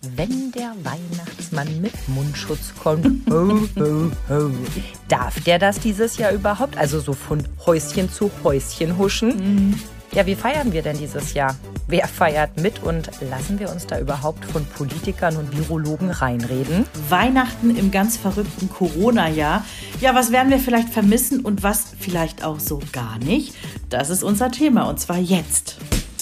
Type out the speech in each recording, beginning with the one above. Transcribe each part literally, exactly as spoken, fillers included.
Wenn der Weihnachtsmann mit Mundschutz kommt, ho, ho, ho. Darf der das dieses Jahr überhaupt? Also so von Häuschen zu Häuschen huschen? Mhm. Ja, wie feiern wir denn dieses Jahr? Wer feiert mit und lassen wir uns da überhaupt von Politikern und Virologen reinreden? Weihnachten im ganz verrückten Corona-Jahr. Ja, was werden wir vielleicht vermissen und was vielleicht auch so gar nicht? Das ist unser Thema und zwar jetzt.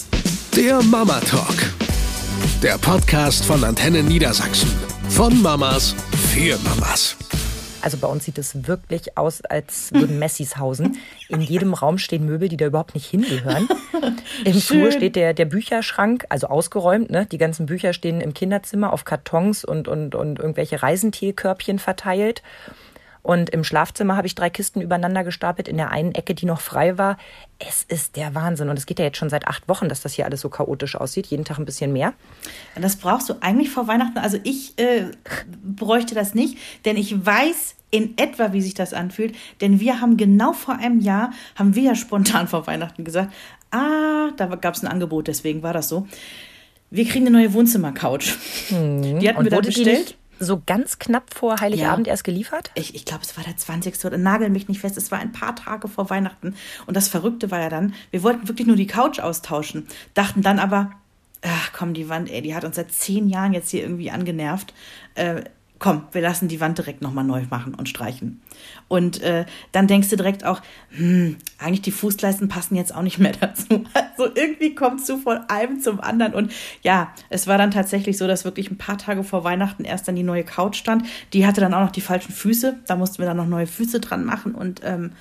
Der Mama Talk. Der Podcast von Antenne Niedersachsen. Von Mamas für Mamas. Also bei uns sieht es wirklich aus, als würden Messis hausen. In jedem Raum stehen Möbel, die da überhaupt nicht hingehören. Im Flur steht der, der Bücherschrank, also ausgeräumt. Ne? Die ganzen Bücher stehen im Kinderzimmer auf Kartons und, und, und irgendwelche Reisentierkörbchen verteilt. Und im Schlafzimmer habe ich drei Kisten übereinander gestapelt, in der einen Ecke, die noch frei war. Es ist der Wahnsinn. Und es geht ja jetzt schon seit acht Wochen, dass das hier alles so chaotisch aussieht. Jeden Tag ein bisschen mehr. Das brauchst du eigentlich vor Weihnachten. Also ich äh, bräuchte das nicht, denn ich weiß in etwa, wie sich das anfühlt. Denn wir haben genau vor einem Jahr, haben wir ja spontan vor Weihnachten gesagt, ah, da gab es ein Angebot, deswegen war das so. Wir kriegen eine neue Wohnzimmercouch. Hm. Die hatten Und wir da bestellt. So ganz knapp vor Heiligabend ja. erst geliefert? Ich, ich glaube, es war der zwanzigste oder nagel mich nicht fest. Es war ein paar Tage vor Weihnachten. Und das Verrückte war ja dann, wir wollten wirklich nur die Couch austauschen. Dachten dann aber, ach komm, die Wand, ey, die hat uns seit zehn Jahren jetzt hier irgendwie angenervt. Äh, komm, wir lassen die Wand direkt nochmal neu machen und streichen. Und äh, dann denkst du direkt auch, hm, eigentlich die Fußleisten passen jetzt auch nicht mehr dazu. Also irgendwie kommst du von einem zum anderen. Und ja, es war dann tatsächlich so, dass wirklich ein paar Tage vor Weihnachten erst dann die neue Couch stand. Die hatte dann auch noch die falschen Füße. Da mussten wir dann noch neue Füße dran machen und ähm,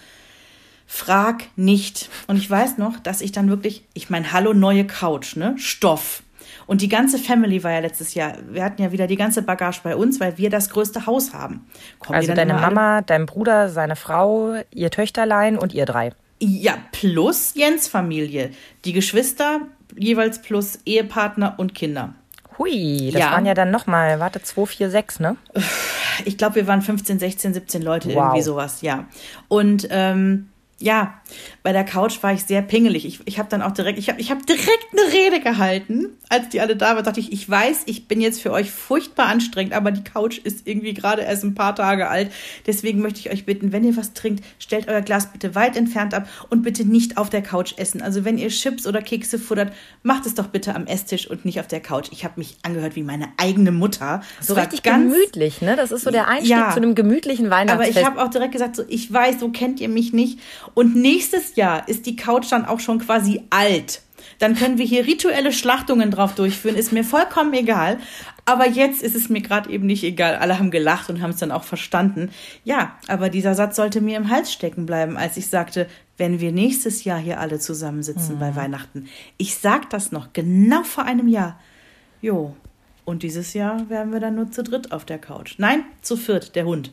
frag nicht. Und ich weiß noch, dass ich dann wirklich, ich meine, hallo, neue Couch, ne? Stoff. Und die ganze Family war ja letztes Jahr, wir hatten ja wieder die ganze Bagage bei uns, weil wir das größte Haus haben. Kommen also deine Mama, alle? Dein Bruder, seine Frau, ihr Töchterlein und ihr drei. Ja, plus Jens Familie. Die Geschwister, jeweils plus Ehepartner und Kinder. Hui, das ja. waren ja dann nochmal, warte, zwei, vier, sechs, ne? Ich glaube, wir waren fünfzehn, sechzehn, siebzehn Leute, wow. Irgendwie sowas, ja. Und ähm, ja, bei der Couch war ich sehr pingelig. Ich, ich habe dann auch direkt, ich habe ich hab direkt eine Rede gehalten, als die alle da waren. Dachte ich, ich weiß, ich bin jetzt für euch furchtbar anstrengend, aber die Couch ist irgendwie gerade erst ein paar Tage alt. Deswegen möchte ich euch bitten, wenn ihr was trinkt, stellt euer Glas bitte weit entfernt ab und bitte nicht auf der Couch essen. Also wenn ihr Chips oder Kekse futtert, macht es doch bitte am Esstisch und nicht auf der Couch. Ich habe mich angehört wie meine eigene Mutter. So richtig ganz gemütlich, ne? Das ist so der Einstieg ja, zu einem gemütlichen Weihnachtsfest. Aber ich habe auch direkt gesagt, so, ich weiß, so kennt ihr mich nicht. Und nächstes Jahr ist die Couch dann auch schon quasi alt. Dann können wir hier rituelle Schlachtungen drauf durchführen. Ist mir vollkommen egal. Aber jetzt ist es mir gerade eben nicht egal. Alle haben gelacht und haben es dann auch verstanden. Ja, aber dieser Satz sollte mir im Hals stecken bleiben, als ich sagte, wenn wir nächstes Jahr hier alle zusammensitzen mhm. bei Weihnachten. Ich sag das noch genau vor einem Jahr. Jo, und dieses Jahr werden wir dann nur zu dritt auf der Couch. Nein, zu viert, der Hund.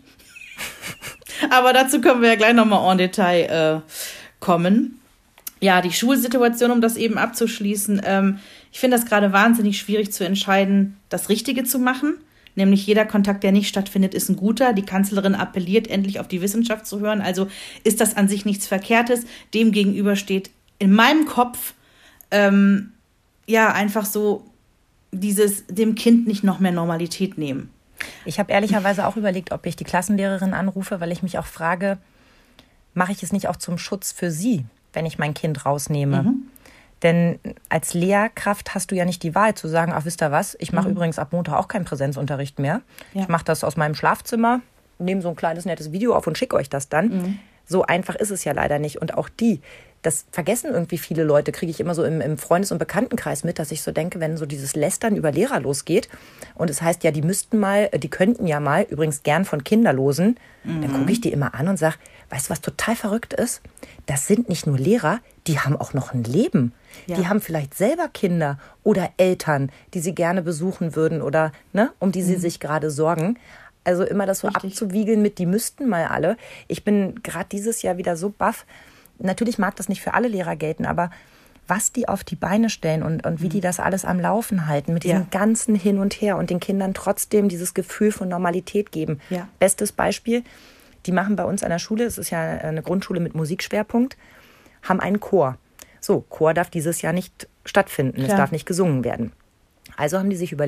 Aber dazu können wir ja gleich nochmal en Detail äh, kommen. Ja, die Schulsituation, um das eben abzuschließen. Ähm, ich finde das gerade wahnsinnig schwierig zu entscheiden, das Richtige zu machen. Nämlich jeder Kontakt, der nicht stattfindet, ist ein guter. Die Kanzlerin appelliert, endlich auf die Wissenschaft zu hören. Also ist das an sich nichts Verkehrtes. Demgegenüber steht in meinem Kopf ähm, ja einfach so dieses dem Kind nicht noch mehr Normalität nehmen. Ich habe ehrlicherweise auch überlegt, ob ich die Klassenlehrerin anrufe, weil ich mich auch frage, mache ich es nicht auch zum Schutz für sie, wenn ich mein Kind rausnehme? Mhm. Denn als Lehrkraft hast du ja nicht die Wahl zu sagen, ach, wisst ihr was, ich mache mhm. übrigens ab Montag auch keinen Präsenzunterricht mehr. Ja. Ich mache das aus meinem Schlafzimmer, nehme so ein kleines, nettes Video auf und schicke euch das dann. Mhm. So einfach ist es ja leider nicht. Und auch die, das vergessen irgendwie viele Leute, kriege ich immer so im, im Freundes- und Bekanntenkreis mit, dass ich so denke, wenn so dieses Lästern über Lehrer losgeht und es heißt ja, die müssten mal, die könnten ja mal, übrigens gern von Kinderlosen, mhm. dann gucke ich die immer an und sage, weißt du, was total verrückt ist? Das sind nicht nur Lehrer, die haben auch noch ein Leben. Ja. Die haben vielleicht selber Kinder oder Eltern, die sie gerne besuchen würden oder ne, um die sie mhm. sich gerade sorgen. Also immer das so Richtig. abzuwiegeln mit, die müssten mal alle. Ich bin gerade dieses Jahr wieder so baff. Natürlich mag das nicht für alle Lehrer gelten, aber was die auf die Beine stellen und, und wie die das alles am Laufen halten, mit diesem ja. ganzen Hin und Her und den Kindern trotzdem dieses Gefühl von Normalität geben. Ja. Bestes Beispiel, die machen bei uns an der Schule, es ist ja eine Grundschule mit Musikschwerpunkt, haben einen Chor. So, Chor darf dieses Jahr nicht stattfinden, Klar. es darf nicht gesungen werden. Also haben die sich überlegt,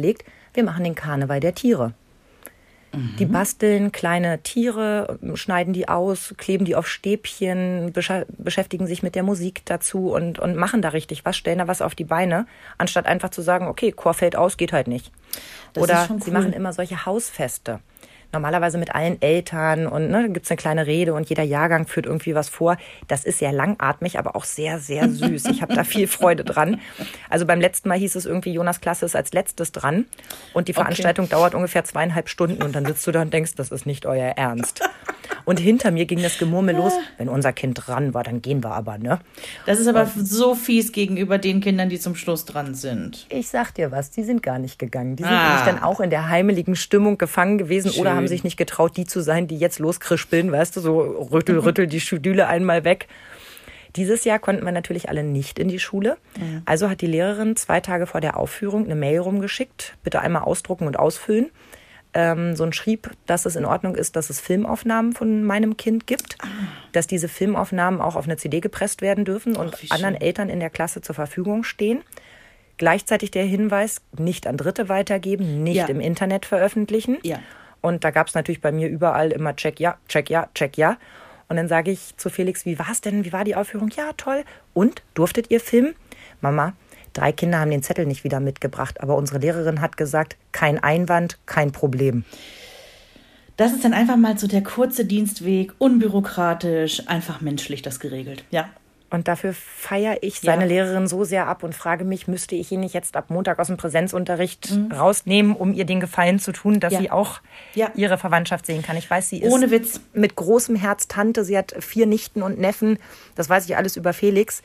wir machen den Karneval der Tiere. Mhm. Die basteln kleine Tiere, schneiden die aus, kleben die auf Stäbchen, besch- beschäftigen sich mit der Musik dazu und, und machen da richtig was, stellen da was auf die Beine, anstatt einfach zu sagen, okay, Chor fällt aus, geht halt nicht. Das Oder sie cool. machen immer solche Hausfeste. Normalerweise mit allen Eltern und ne, gibt es eine kleine Rede und jeder Jahrgang führt irgendwie was vor. Das ist sehr langatmig, aber auch sehr, sehr süß. Ich habe da viel Freude dran. Also beim letzten Mal hieß es irgendwie, Jonas Klasse ist als letztes dran und die Veranstaltung okay. dauert ungefähr zweieinhalb Stunden und dann sitzt du da und denkst, das ist nicht euer Ernst. Und hinter mir ging das Gemurmel los, wenn unser Kind dran war, dann gehen wir aber, ne? Das ist aber und so fies gegenüber den Kindern, die zum Schluss dran sind. Ich sag dir was, die sind gar nicht gegangen. Die sind ah. nämlich dann auch in der heimeligen Stimmung gefangen gewesen Schön. Oder haben sich nicht getraut, die zu sein, die jetzt loskrispeln, weißt du, so rüttel, rüttel die Stühle einmal weg. Dieses Jahr konnten wir natürlich alle nicht in die Schule. Ja. Also hat die Lehrerin zwei Tage vor der Aufführung eine Mail rumgeschickt, bitte einmal ausdrucken und ausfüllen. Ähm, so ein Schrieb, dass es in Ordnung ist, dass es Filmaufnahmen von meinem Kind gibt, ah. dass diese Filmaufnahmen auch auf eine C D gepresst werden dürfen und Ach, anderen Eltern in der Klasse zur Verfügung stehen. Gleichzeitig der Hinweis, nicht an Dritte weitergeben, nicht ja. im Internet veröffentlichen. Ja. Und da gab es natürlich bei mir überall immer Check ja, Check ja, Check ja. Und dann sage ich zu Felix, wie war es denn, wie war die Aufführung? Ja, toll. Und, durftet ihr filmen? Mama, drei Kinder haben den Zettel nicht wieder mitgebracht, aber unsere Lehrerin hat gesagt, kein Einwand, kein Problem. Das ist dann einfach mal so der kurze Dienstweg, unbürokratisch, einfach menschlich das geregelt. Ja. Und dafür feiere ich seine ja. Lehrerin so sehr ab und frage mich, müsste ich ihn nicht jetzt ab Montag aus dem Präsenzunterricht mhm. rausnehmen, um ihr den Gefallen zu tun, dass ja. sie auch ja. ihre Verwandtschaft sehen kann. Ich weiß, sie ist Ohne Witz. mit großem Herz Tante, sie hat vier Nichten und Neffen, das weiß ich alles über Felix.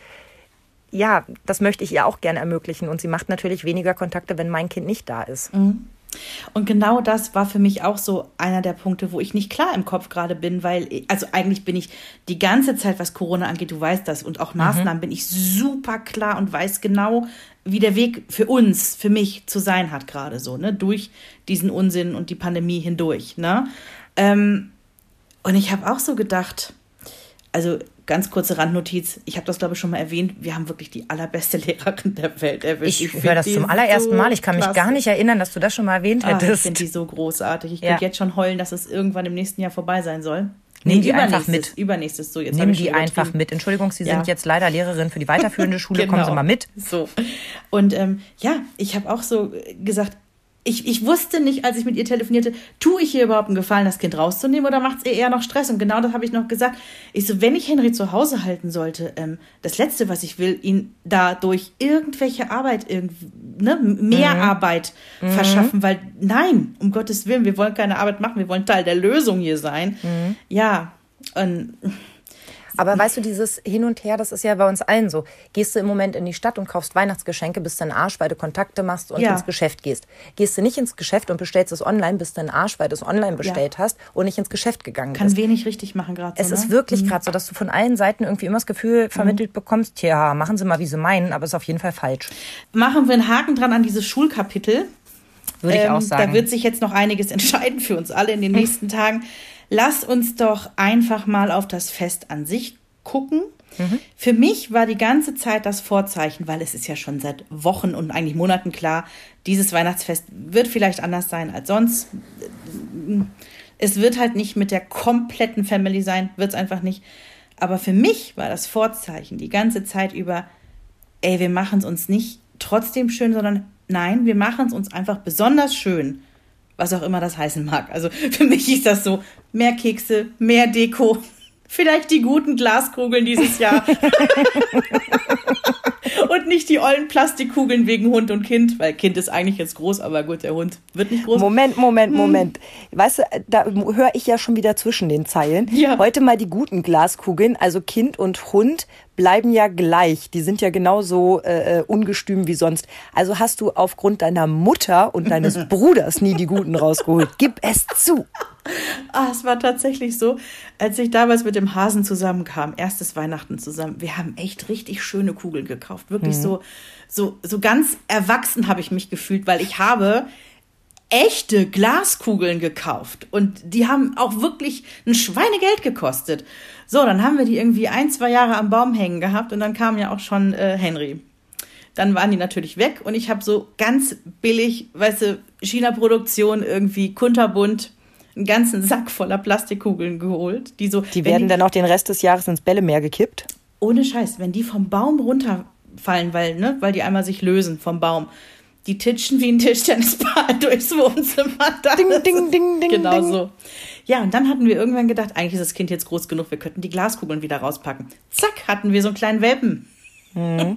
Ja, das möchte ich ihr auch gerne ermöglichen und sie macht natürlich weniger Kontakte, wenn mein Kind nicht da ist. Mhm. Und genau das war für mich auch so einer der Punkte, wo ich nicht klar im Kopf gerade bin, weil, also eigentlich bin ich die ganze Zeit, was Corona angeht, du weißt das, und auch Maßnahmen, mhm. bin ich super klar und weiß genau, wie der Weg für uns, für mich zu sein hat gerade so, ne, durch diesen Unsinn und die Pandemie hindurch, ne. Ähm, und ich habe auch so gedacht, also ganz kurze Randnotiz, ich habe das, glaube ich, schon mal erwähnt, wir haben wirklich die allerbeste Lehrerin der Welt erwischt. Ich, ich höre das zum allerersten so Mal, ich kann mich klasse. gar nicht erinnern, dass du das schon mal erwähnt hättest. Ah, ich finde die so großartig, ich ja. könnte jetzt schon heulen, dass es irgendwann im nächsten Jahr vorbei sein soll. Nimm nee, die einfach mit. Übernächstes, so jetzt Nimm die einfach mit. Entschuldigung, Sie ja. sind jetzt leider Lehrerin für die weiterführende Schule, genau. Kommen Sie mal mit. So. Und ähm, ja, ich habe auch so gesagt, Ich, ich wusste nicht, als ich mit ihr telefonierte, tue ich ihr überhaupt einen Gefallen, das Kind rauszunehmen oder macht es ihr eher noch Stress? Und genau das habe ich noch gesagt. Ich so, wenn ich Henry zu Hause halten sollte, ähm, das Letzte, was ich will, ihn da durch irgendwelche Arbeit, irgendwie, ne, mehr mhm. Arbeit mhm. verschaffen, weil nein, um Gottes Willen, wir wollen keine Arbeit machen, wir wollen Teil der Lösung hier sein. Mhm. Ja, und... Aber weißt du, dieses Hin und Her, das ist ja bei uns allen so. Gehst du im Moment in die Stadt und kaufst Weihnachtsgeschenke, bist du ein Arsch, weil du Kontakte machst und ja. ins Geschäft gehst. Gehst du nicht ins Geschäft und bestellst es online, bist du ein Arsch, weil du es online bestellt ja. hast und nicht ins Geschäft gegangen Kann bist. Kann wenig richtig machen gerade so, Es ne? ist wirklich mhm. gerade so, dass du von allen Seiten irgendwie immer das Gefühl vermittelt mhm. bekommst, tja, machen sie mal, wie sie meinen, aber es ist auf jeden Fall falsch. Machen wir einen Haken dran an dieses Schulkapitel. Würde ich ähm, auch sagen. Da wird sich jetzt noch einiges entscheiden für uns alle in den nächsten Tagen. Lass uns doch einfach mal auf das Fest an sich gucken. Mhm. Für mich war die ganze Zeit das Vorzeichen, weil es ist ja schon seit Wochen und eigentlich Monaten klar, dieses Weihnachtsfest wird vielleicht anders sein als sonst. Es wird halt nicht mit der kompletten Family sein, wird es einfach nicht. Aber für mich war das Vorzeichen die ganze Zeit über, ey, wir machen es uns nicht trotzdem schön, sondern nein, wir machen es uns einfach besonders schön, was auch immer das heißen mag. Also für mich ist das so, mehr Kekse, mehr Deko, vielleicht die guten Glaskugeln dieses Jahr. Und nicht die ollen Plastikkugeln wegen Hund und Kind, weil Kind ist eigentlich jetzt groß, aber gut, der Hund wird nicht groß. Moment, Moment, hm. Moment. Weißt du, da höre ich ja schon wieder zwischen den Zeilen. Ja. Heute mal die guten Glaskugeln, also Kind und Hund bleiben ja gleich. Die sind ja genauso äh, ungestüm wie sonst. Also hast du aufgrund deiner Mutter und deines Bruders nie die guten rausgeholt. Gib es zu. Ah, es war tatsächlich so, als ich damals mit dem Hasen zusammenkam, erstes Weihnachten zusammen, wir haben echt richtig schöne Kugeln gekauft. Wirklich mhm. so, so, so ganz erwachsen habe ich mich gefühlt, weil ich habe echte Glaskugeln gekauft und die haben auch wirklich ein Schweinegeld gekostet. So, dann haben wir die irgendwie ein, zwei Jahre am Baum hängen gehabt und dann kam ja auch schon äh, Henry. Dann waren die natürlich weg und ich habe so ganz billig, weißt du, China-Produktion irgendwie kunterbunt einen ganzen Sack voller Plastikkugeln geholt. Die, so, die werden die, dann auch den Rest des Jahres ins Bällemeer gekippt? Ohne Scheiß, wenn die vom Baum runterfallen, weil, ne, weil die einmal sich lösen vom Baum, die titschen wie ein Tischtennisball durchs Wohnzimmer. Ding, ding, ding, ding, genau ding. so. Ja, und dann hatten wir irgendwann gedacht, eigentlich ist das Kind jetzt groß genug, wir könnten die Glaskugeln wieder rauspacken. Zack, hatten wir so einen kleinen Welpen. Mhm.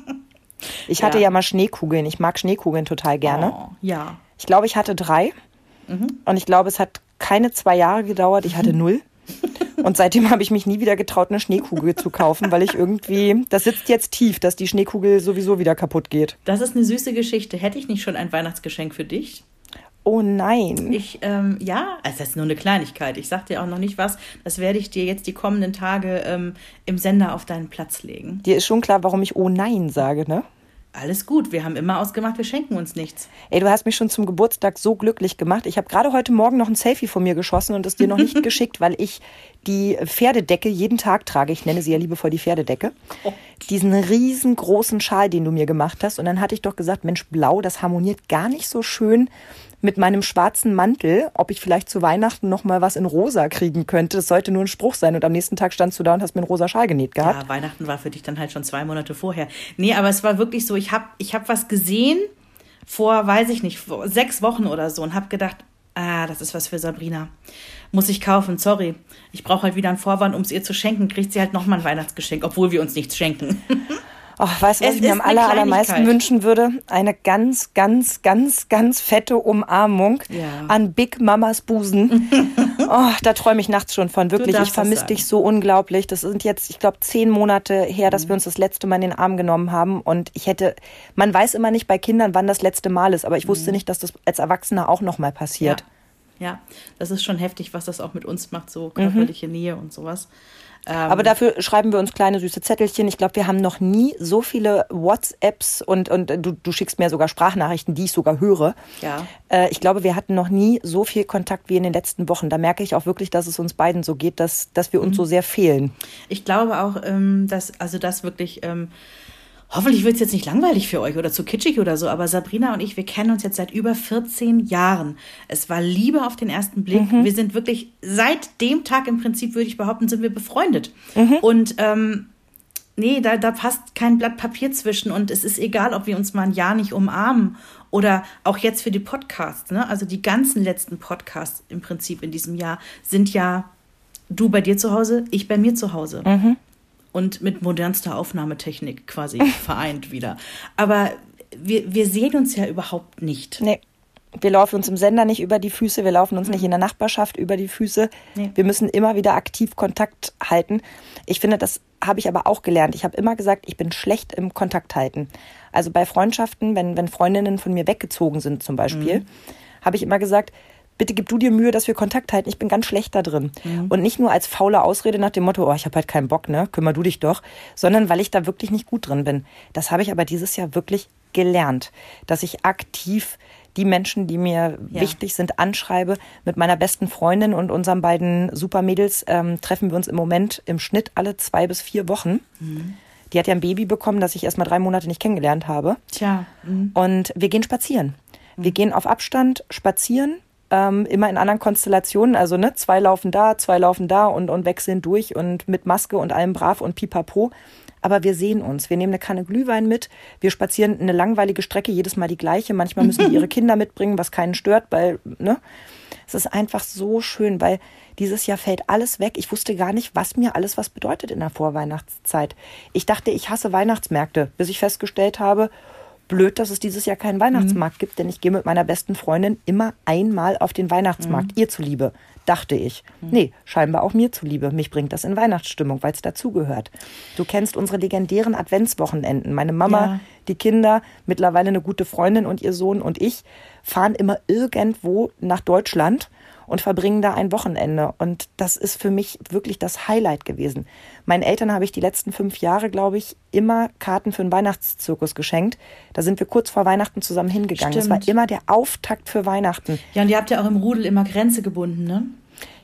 Ich hatte ja. ja mal Schneekugeln. Ich mag Schneekugeln total gerne. Oh, ja. Ich glaube, ich hatte drei. Mhm. Und ich glaube, es hat keine zwei Jahre gedauert. Ich hatte null. Und seitdem habe ich mich nie wieder getraut, eine Schneekugel zu kaufen, weil ich irgendwie, das sitzt jetzt tief, dass die Schneekugel sowieso wieder kaputt geht. Das ist eine süße Geschichte. Hätte ich nicht schon ein Weihnachtsgeschenk für dich? Oh nein. Ich, ähm, ja, also das ist nur eine Kleinigkeit. Ich sag dir auch noch nicht was. Das werde ich dir jetzt die kommenden Tage ähm, im Sender auf deinen Platz legen. Dir ist schon klar, warum ich oh nein sage, ne? Alles gut, wir haben immer ausgemacht, wir schenken uns nichts. Ey, du hast mich schon zum Geburtstag so glücklich gemacht. Ich habe gerade heute Morgen noch ein Selfie von mir geschossen und es dir noch nicht geschickt, weil ich die Pferdedecke jeden Tag trage. Ich nenne sie ja liebevoll die Pferdedecke. Oh. Diesen riesengroßen Schal, den du mir gemacht hast. Und dann hatte ich doch gesagt, Mensch, blau, das harmoniert gar nicht so schön mit meinem schwarzen Mantel, ob ich vielleicht zu Weihnachten noch mal was in rosa kriegen könnte. Das sollte nur ein Spruch sein. Und am nächsten Tag standst du da und hast mir einen rosa Schal genäht gehabt. Ja, Weihnachten war für dich dann halt schon zwei Monate vorher. Nee, aber es war wirklich so, ich habe ich hab was gesehen vor, weiß ich nicht, vor sechs Wochen oder so und habe gedacht, ah, das ist was für Sabrina. Muss ich kaufen, sorry. Ich brauche halt wieder einen Vorwand, um es ihr zu schenken. Kriegt sie halt noch mal ein Weihnachtsgeschenk, obwohl wir uns nichts schenken. Ach, weißt du, was es ich mir am aller, allermeisten wünschen würde? Eine ganz, ganz, ganz, ganz fette Umarmung ja. an Big Mamas Busen. Oh, da träume ich nachts schon von. Wirklich, ich vermisse dich so unglaublich. Das sind jetzt, ich glaube, zehn Monate her, dass mhm. wir uns das letzte Mal in den Arm genommen haben. Und ich hätte, man weiß immer nicht bei Kindern, wann das letzte Mal ist. Aber ich wusste mhm. nicht, dass das als Erwachsener auch noch mal passiert. Ja. ja, das ist schon heftig, was das auch mit uns macht, so körperliche mhm. Nähe und sowas. Aber dafür schreiben wir uns kleine süße Zettelchen. Ich glaube, wir haben noch nie so viele WhatsApps und, und du, du schickst mir sogar Sprachnachrichten, die ich sogar höre. Ja. Äh, ich glaube, wir hatten noch nie so viel Kontakt wie in den letzten Wochen. Da merke ich auch wirklich, dass es uns beiden so geht, dass, dass wir uns mhm. so sehr fehlen. Ich glaube auch, ähm, dass also das wirklich... Ähm, Hoffentlich wird es jetzt nicht langweilig für euch oder zu kitschig oder so, aber Sabrina und ich, wir kennen uns jetzt seit über vierzehn Jahren. Es war Liebe auf den ersten Blick. Mhm. Wir sind wirklich, seit dem Tag im Prinzip, würde ich behaupten, sind wir befreundet. Mhm. Und ähm, nee, da, da passt kein Blatt Papier zwischen und es ist egal, ob wir uns mal ein Jahr nicht umarmen oder auch jetzt für die Podcasts. Ne? Also die ganzen letzten Podcasts im Prinzip in diesem Jahr sind ja du bei dir zu Hause, ich bei mir zu Hause. Mhm. Und mit modernster Aufnahmetechnik quasi vereint wieder. Aber wir, wir sehen uns ja überhaupt nicht. Nee, wir laufen uns im Sender nicht über die Füße, wir laufen uns mhm. nicht in der Nachbarschaft über die Füße. Nee. Wir müssen immer wieder aktiv Kontakt halten. Ich finde, das habe ich aber auch gelernt. Ich habe immer gesagt, ich bin schlecht im Kontakt halten. Also bei Freundschaften, wenn, wenn Freundinnen von mir weggezogen sind zum Beispiel, mhm. habe ich immer gesagt, bitte gib du dir Mühe, dass wir Kontakt halten. Ich bin ganz schlecht da drin. Mhm. Und nicht nur als faule Ausrede nach dem Motto, oh, ich habe halt keinen Bock, ne, kümmer du dich doch, sondern weil ich da wirklich nicht gut drin bin. Das habe ich aber dieses Jahr wirklich gelernt, dass ich aktiv die Menschen, die mir ja. wichtig sind, anschreibe. Mit meiner besten Freundin und unseren beiden Supermädels ähm, treffen wir uns im Moment im Schnitt alle zwei bis vier Wochen. Mhm. Die hat ja ein Baby bekommen, das ich erst mal drei Monate nicht kennengelernt habe. Tja. Mhm. Und wir gehen spazieren. Mhm. Wir gehen auf Abstand spazieren. Ähm, immer in anderen Konstellationen, also ne, zwei laufen da, zwei laufen da und, und wechseln durch und mit Maske und allem brav und pipapo. Aber wir sehen uns. Wir nehmen eine Kanne Glühwein mit. Wir spazieren eine langweilige Strecke, jedes Mal die gleiche. Manchmal müssen die ihre Kinder mitbringen, was keinen stört, weil, ne? Es ist einfach so schön, weil dieses Jahr fällt alles weg. Ich wusste gar nicht, was mir alles was bedeutet in der Vorweihnachtszeit. Ich dachte, ich hasse Weihnachtsmärkte, bis ich festgestellt habe, blöd, dass es dieses Jahr keinen Weihnachtsmarkt mhm. gibt, denn ich gehe mit meiner besten Freundin immer einmal auf den Weihnachtsmarkt, mhm. ihr zuliebe, dachte ich. Mhm. Nee, scheinbar auch mir zuliebe. Mich bringt das in Weihnachtsstimmung, weil es dazugehört. Du kennst unsere legendären Adventswochenenden. Meine Mama, ja. die Kinder, mittlerweile eine gute Freundin und ihr Sohn und ich fahren immer irgendwo nach Deutschland und verbringen da ein Wochenende. Und das ist für mich wirklich das Highlight gewesen. Meinen Eltern habe ich die letzten fünf Jahre, glaube ich, immer Karten für einen Weihnachtszirkus geschenkt. Da sind wir kurz vor Weihnachten zusammen hingegangen. Stimmt. Das war immer der Auftakt für Weihnachten. Ja, und ihr habt ja auch im Rudel immer Grenze gebunden, ne?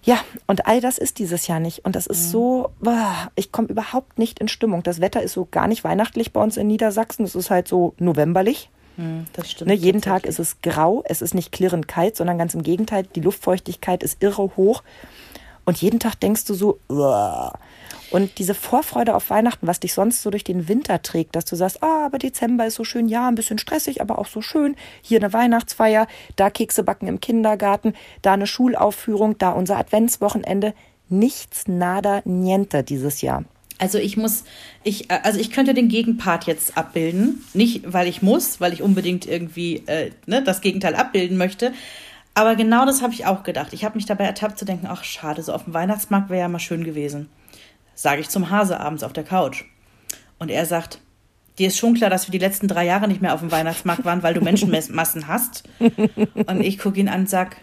Ja, und all das ist dieses Jahr nicht. Und das ist mhm. so, ich komme überhaupt nicht in Stimmung. Das Wetter ist so gar nicht weihnachtlich bei uns in Niedersachsen. Es ist halt so novemberlich. Mhm, das stimmt. Ne, jeden Tag ist es grau. Es ist nicht klirrend kalt, sondern ganz im Gegenteil. Die Luftfeuchtigkeit ist irre hoch. Und jeden Tag denkst du so, uah. Und diese Vorfreude auf Weihnachten, was dich sonst so durch den Winter trägt, dass du sagst, ah, aber Dezember ist so schön, ja, ein bisschen stressig, aber auch so schön. Hier eine Weihnachtsfeier, da Kekse backen im Kindergarten, da eine Schulaufführung, da unser Adventswochenende. Nichts, nada, niente dieses Jahr. Also ich muss, ich, also ich könnte den Gegenpart jetzt abbilden. Nicht, weil ich muss, weil ich unbedingt irgendwie äh, ne, das Gegenteil abbilden möchte. Aber genau das habe ich auch gedacht. Ich habe mich dabei ertappt zu denken, ach schade, so auf dem Weihnachtsmarkt wäre ja mal schön gewesen. Sage ich zum Hase abends auf der Couch. Und er sagt, dir ist schon klar, dass wir die letzten drei Jahre nicht mehr auf dem Weihnachtsmarkt waren, weil du Menschenmassen hast. Und ich gucke ihn an und sage,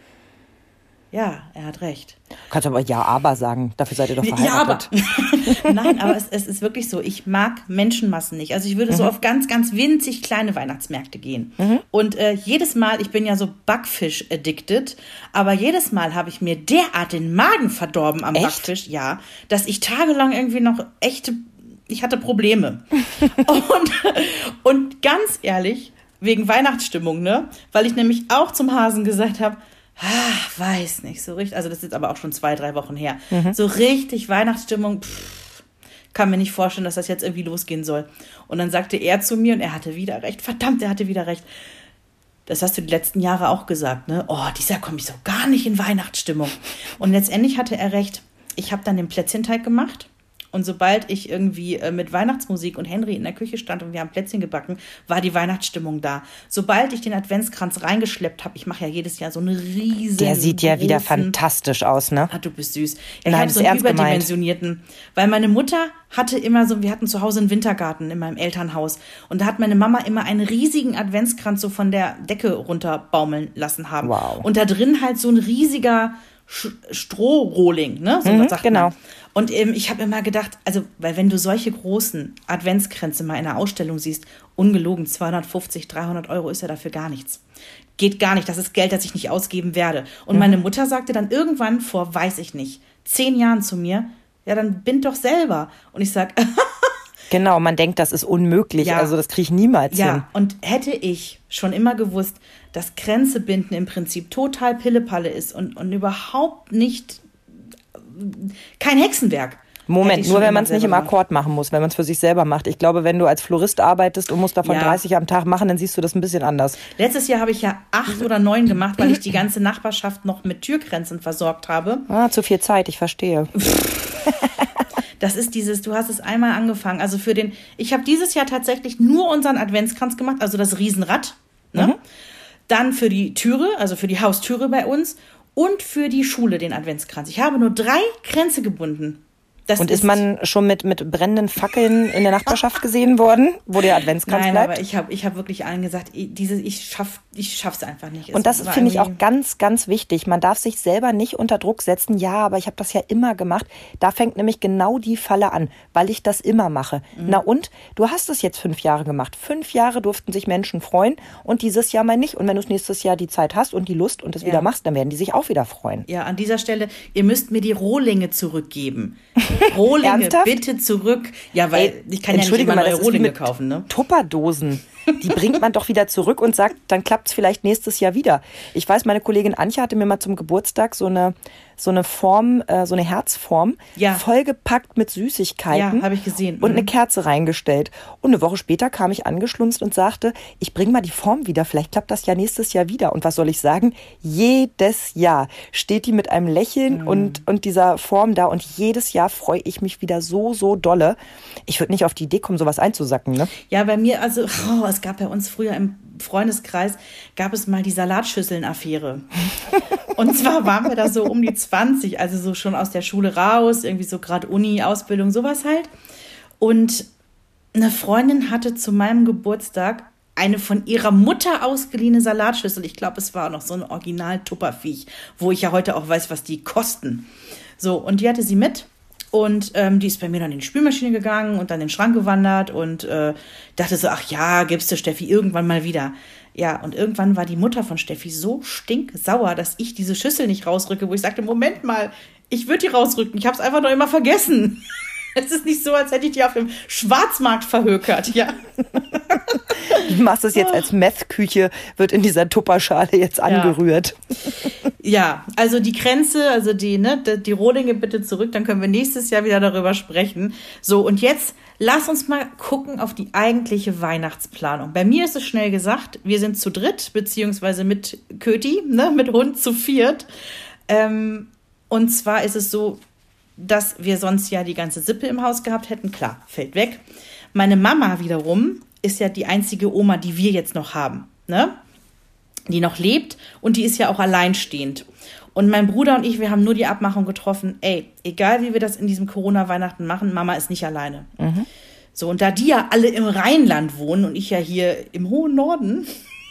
ja, er hat recht. Kannst aber ja, aber sagen. Dafür seid ihr doch verheiratet. Ja, aber. Nein, aber es, es ist wirklich so. Ich mag Menschenmassen nicht. Also ich würde mhm. so auf ganz, ganz winzig kleine Weihnachtsmärkte gehen. Mhm. Und äh, jedes Mal, ich bin ja so Backfisch-addicted, aber jedes Mal habe ich mir derart den Magen verdorben am Echt? Backfisch, ja, dass ich tagelang irgendwie noch echte, ich hatte Probleme. und, und ganz ehrlich, wegen Weihnachtsstimmung, ne? Weil ich nämlich auch zum Hasen gesagt habe, Ah, weiß nicht, so richtig, also das ist jetzt aber auch schon zwei, drei Wochen her. Mhm. So richtig Weihnachtsstimmung, pff, kann mir nicht vorstellen, dass das jetzt irgendwie losgehen soll. Und dann sagte er zu mir, und er hatte wieder recht, verdammt, er hatte wieder recht. Das hast du die letzten Jahre auch gesagt, ne? Oh, dieses Jahr komme ich so gar nicht in Weihnachtsstimmung. Und letztendlich hatte er recht. Ich habe dann den Plätzchenteig gemacht. Und sobald ich irgendwie äh, mit Weihnachtsmusik und Henry in der Küche stand und wir haben Plätzchen gebacken, war die Weihnachtsstimmung da. Sobald ich den Adventskranz reingeschleppt habe, ich mache ja jedes Jahr so eine riesen... Der sieht ja großen, wieder fantastisch aus, ne? Ah, du bist süß. Ja, Nein, ich habe so einen überdimensionierten... Gemeint. Weil meine Mutter hatte immer so... Wir hatten zu Hause einen Wintergarten in meinem Elternhaus. Und da hat meine Mama immer einen riesigen Adventskranz so von der Decke runterbaumeln lassen haben. Wow. Und da drin halt so ein riesiger Strohrohling, ne? So mhm, sagt genau. man. Und ähm, ich habe immer gedacht, also, weil wenn du solche großen Adventskränze mal in einer Ausstellung siehst, ungelogen, zweihundertfünfzig, dreihundert Euro ist ja dafür gar nichts. Geht gar nicht, das ist Geld, das ich nicht ausgeben werde. Und mhm. meine Mutter sagte dann irgendwann vor, weiß ich nicht, zehn Jahren zu mir, ja, dann bind doch selber. Und ich sag, genau, man denkt, das ist unmöglich, ja. also das kriege ich niemals ja. hin. Und hätte ich schon immer gewusst, dass Kränze binden im Prinzip total Pillepalle ist und, und überhaupt nicht... kein Hexenwerk. Moment, nur wenn man es nicht im Akkord machen muss, wenn man es für sich selber macht. Ich glaube, wenn du als Florist arbeitest und musst davon ja. dreißig am Tag machen, dann siehst du das ein bisschen anders. Letztes Jahr habe ich ja acht oder neun gemacht, weil ich die ganze Nachbarschaft noch mit Türkränzen versorgt habe. Ah, zu viel Zeit, ich verstehe. Das ist dieses, du hast es einmal angefangen. Also für den, ich habe dieses Jahr tatsächlich nur unseren Adventskranz gemacht, also das Riesenrad. Ne? Mhm. Dann für die Türe, also für die Haustüre bei uns. Und für die Schule den Adventskranz. Ich habe nur drei Kränze gebunden. Das und ist, ist man schon mit, mit brennenden Fackeln in der Nachbarschaft gesehen worden, wo der Adventskranz Nein, bleibt? aber ich habe ich hab wirklich allen gesagt, diese, ich schaff, ich schaff's einfach nicht. Es und das finde ich auch ganz, ganz wichtig. Man darf sich selber nicht unter Druck setzen. Ja, aber ich habe das ja immer gemacht. Da fängt nämlich genau die Falle an, weil ich das immer mache. Mhm. Na und? Du hast es jetzt fünf Jahre gemacht. Fünf Jahre durften sich Menschen freuen und dieses Jahr mal nicht. Und wenn du nächstes Jahr die Zeit hast und die Lust und es ja. wieder machst, dann werden die sich auch wieder freuen. Ja, an dieser Stelle, ihr müsst mir die Rohlinge zurückgeben. Rohlinge, bitte zurück. Ja, weil Ey, ich kann ja nicht immer neue Rohlinge kaufen, ne? Tupperdosen. Die bringt man doch wieder zurück und sagt, dann klappt es vielleicht nächstes Jahr wieder. Ich weiß, meine Kollegin Antje hatte mir mal zum Geburtstag so eine, so eine Form, äh, so eine Herzform, ja. vollgepackt mit Süßigkeiten. Ja, habe ich gesehen. Und eine Kerze reingestellt. Und eine Woche später kam ich angeschlunzt und sagte, ich bringe mal die Form wieder, vielleicht klappt das ja nächstes Jahr wieder. Und was soll ich sagen? Jedes Jahr steht die mit einem Lächeln mhm. und, und dieser Form da und jedes Jahr freue ich mich wieder so, so dolle. Ich würde nicht auf die Idee kommen, sowas einzusacken, ne? Ja, bei mir, also, oh, es gab bei uns früher im Freundeskreis, gab es mal die Salatschüsseln-Affäre. Und zwar waren wir da so um die zwanzig, also so schon aus der Schule raus, irgendwie so gerade Uni, Ausbildung, sowas halt. Und eine Freundin hatte zu meinem Geburtstag eine von ihrer Mutter ausgeliehene Salatschüssel. Ich glaube, es war auch noch so ein Original-Tupperviech, wo ich ja heute auch weiß, was die kosten. So, und die hatte sie mit. Und ähm, die ist bei mir dann in die Spülmaschine gegangen und dann in den Schrank gewandert und äh, dachte so, ach ja, gibst du Steffi irgendwann mal wieder. Ja, und irgendwann war die Mutter von Steffi so stinksauer, dass ich diese Schüssel nicht rausrücke, wo ich sagte, Moment mal, ich würde die rausrücken, ich habe es einfach noch immer vergessen. Es ist nicht so, als hätte ich die auf dem Schwarzmarkt verhökert, ja. Du machst es jetzt als Meth-Küche, wird in dieser Tupperschale jetzt angerührt. Ja, ja, also die Grenze, also die, ne, die Rohlinge bitte zurück, dann können wir nächstes Jahr wieder darüber sprechen. So, und jetzt lass uns mal gucken auf die eigentliche Weihnachtsplanung. Bei mir ist es schnell gesagt, wir sind zu dritt, beziehungsweise mit Köti, ne, mit Hund zu viert. Ähm, und zwar ist es so, dass wir sonst ja die ganze Sippe im Haus gehabt hätten. Klar, fällt weg. Meine Mama wiederum ist ja die einzige Oma, die wir jetzt noch haben, ne? Die noch lebt und die ist ja auch alleinstehend. Und mein Bruder und ich, wir haben nur die Abmachung getroffen, ey, egal wie wir das in diesem Corona-Weihnachten machen, Mama ist nicht alleine. Mhm. So, und da die ja alle im Rheinland wohnen und ich ja hier im hohen Norden,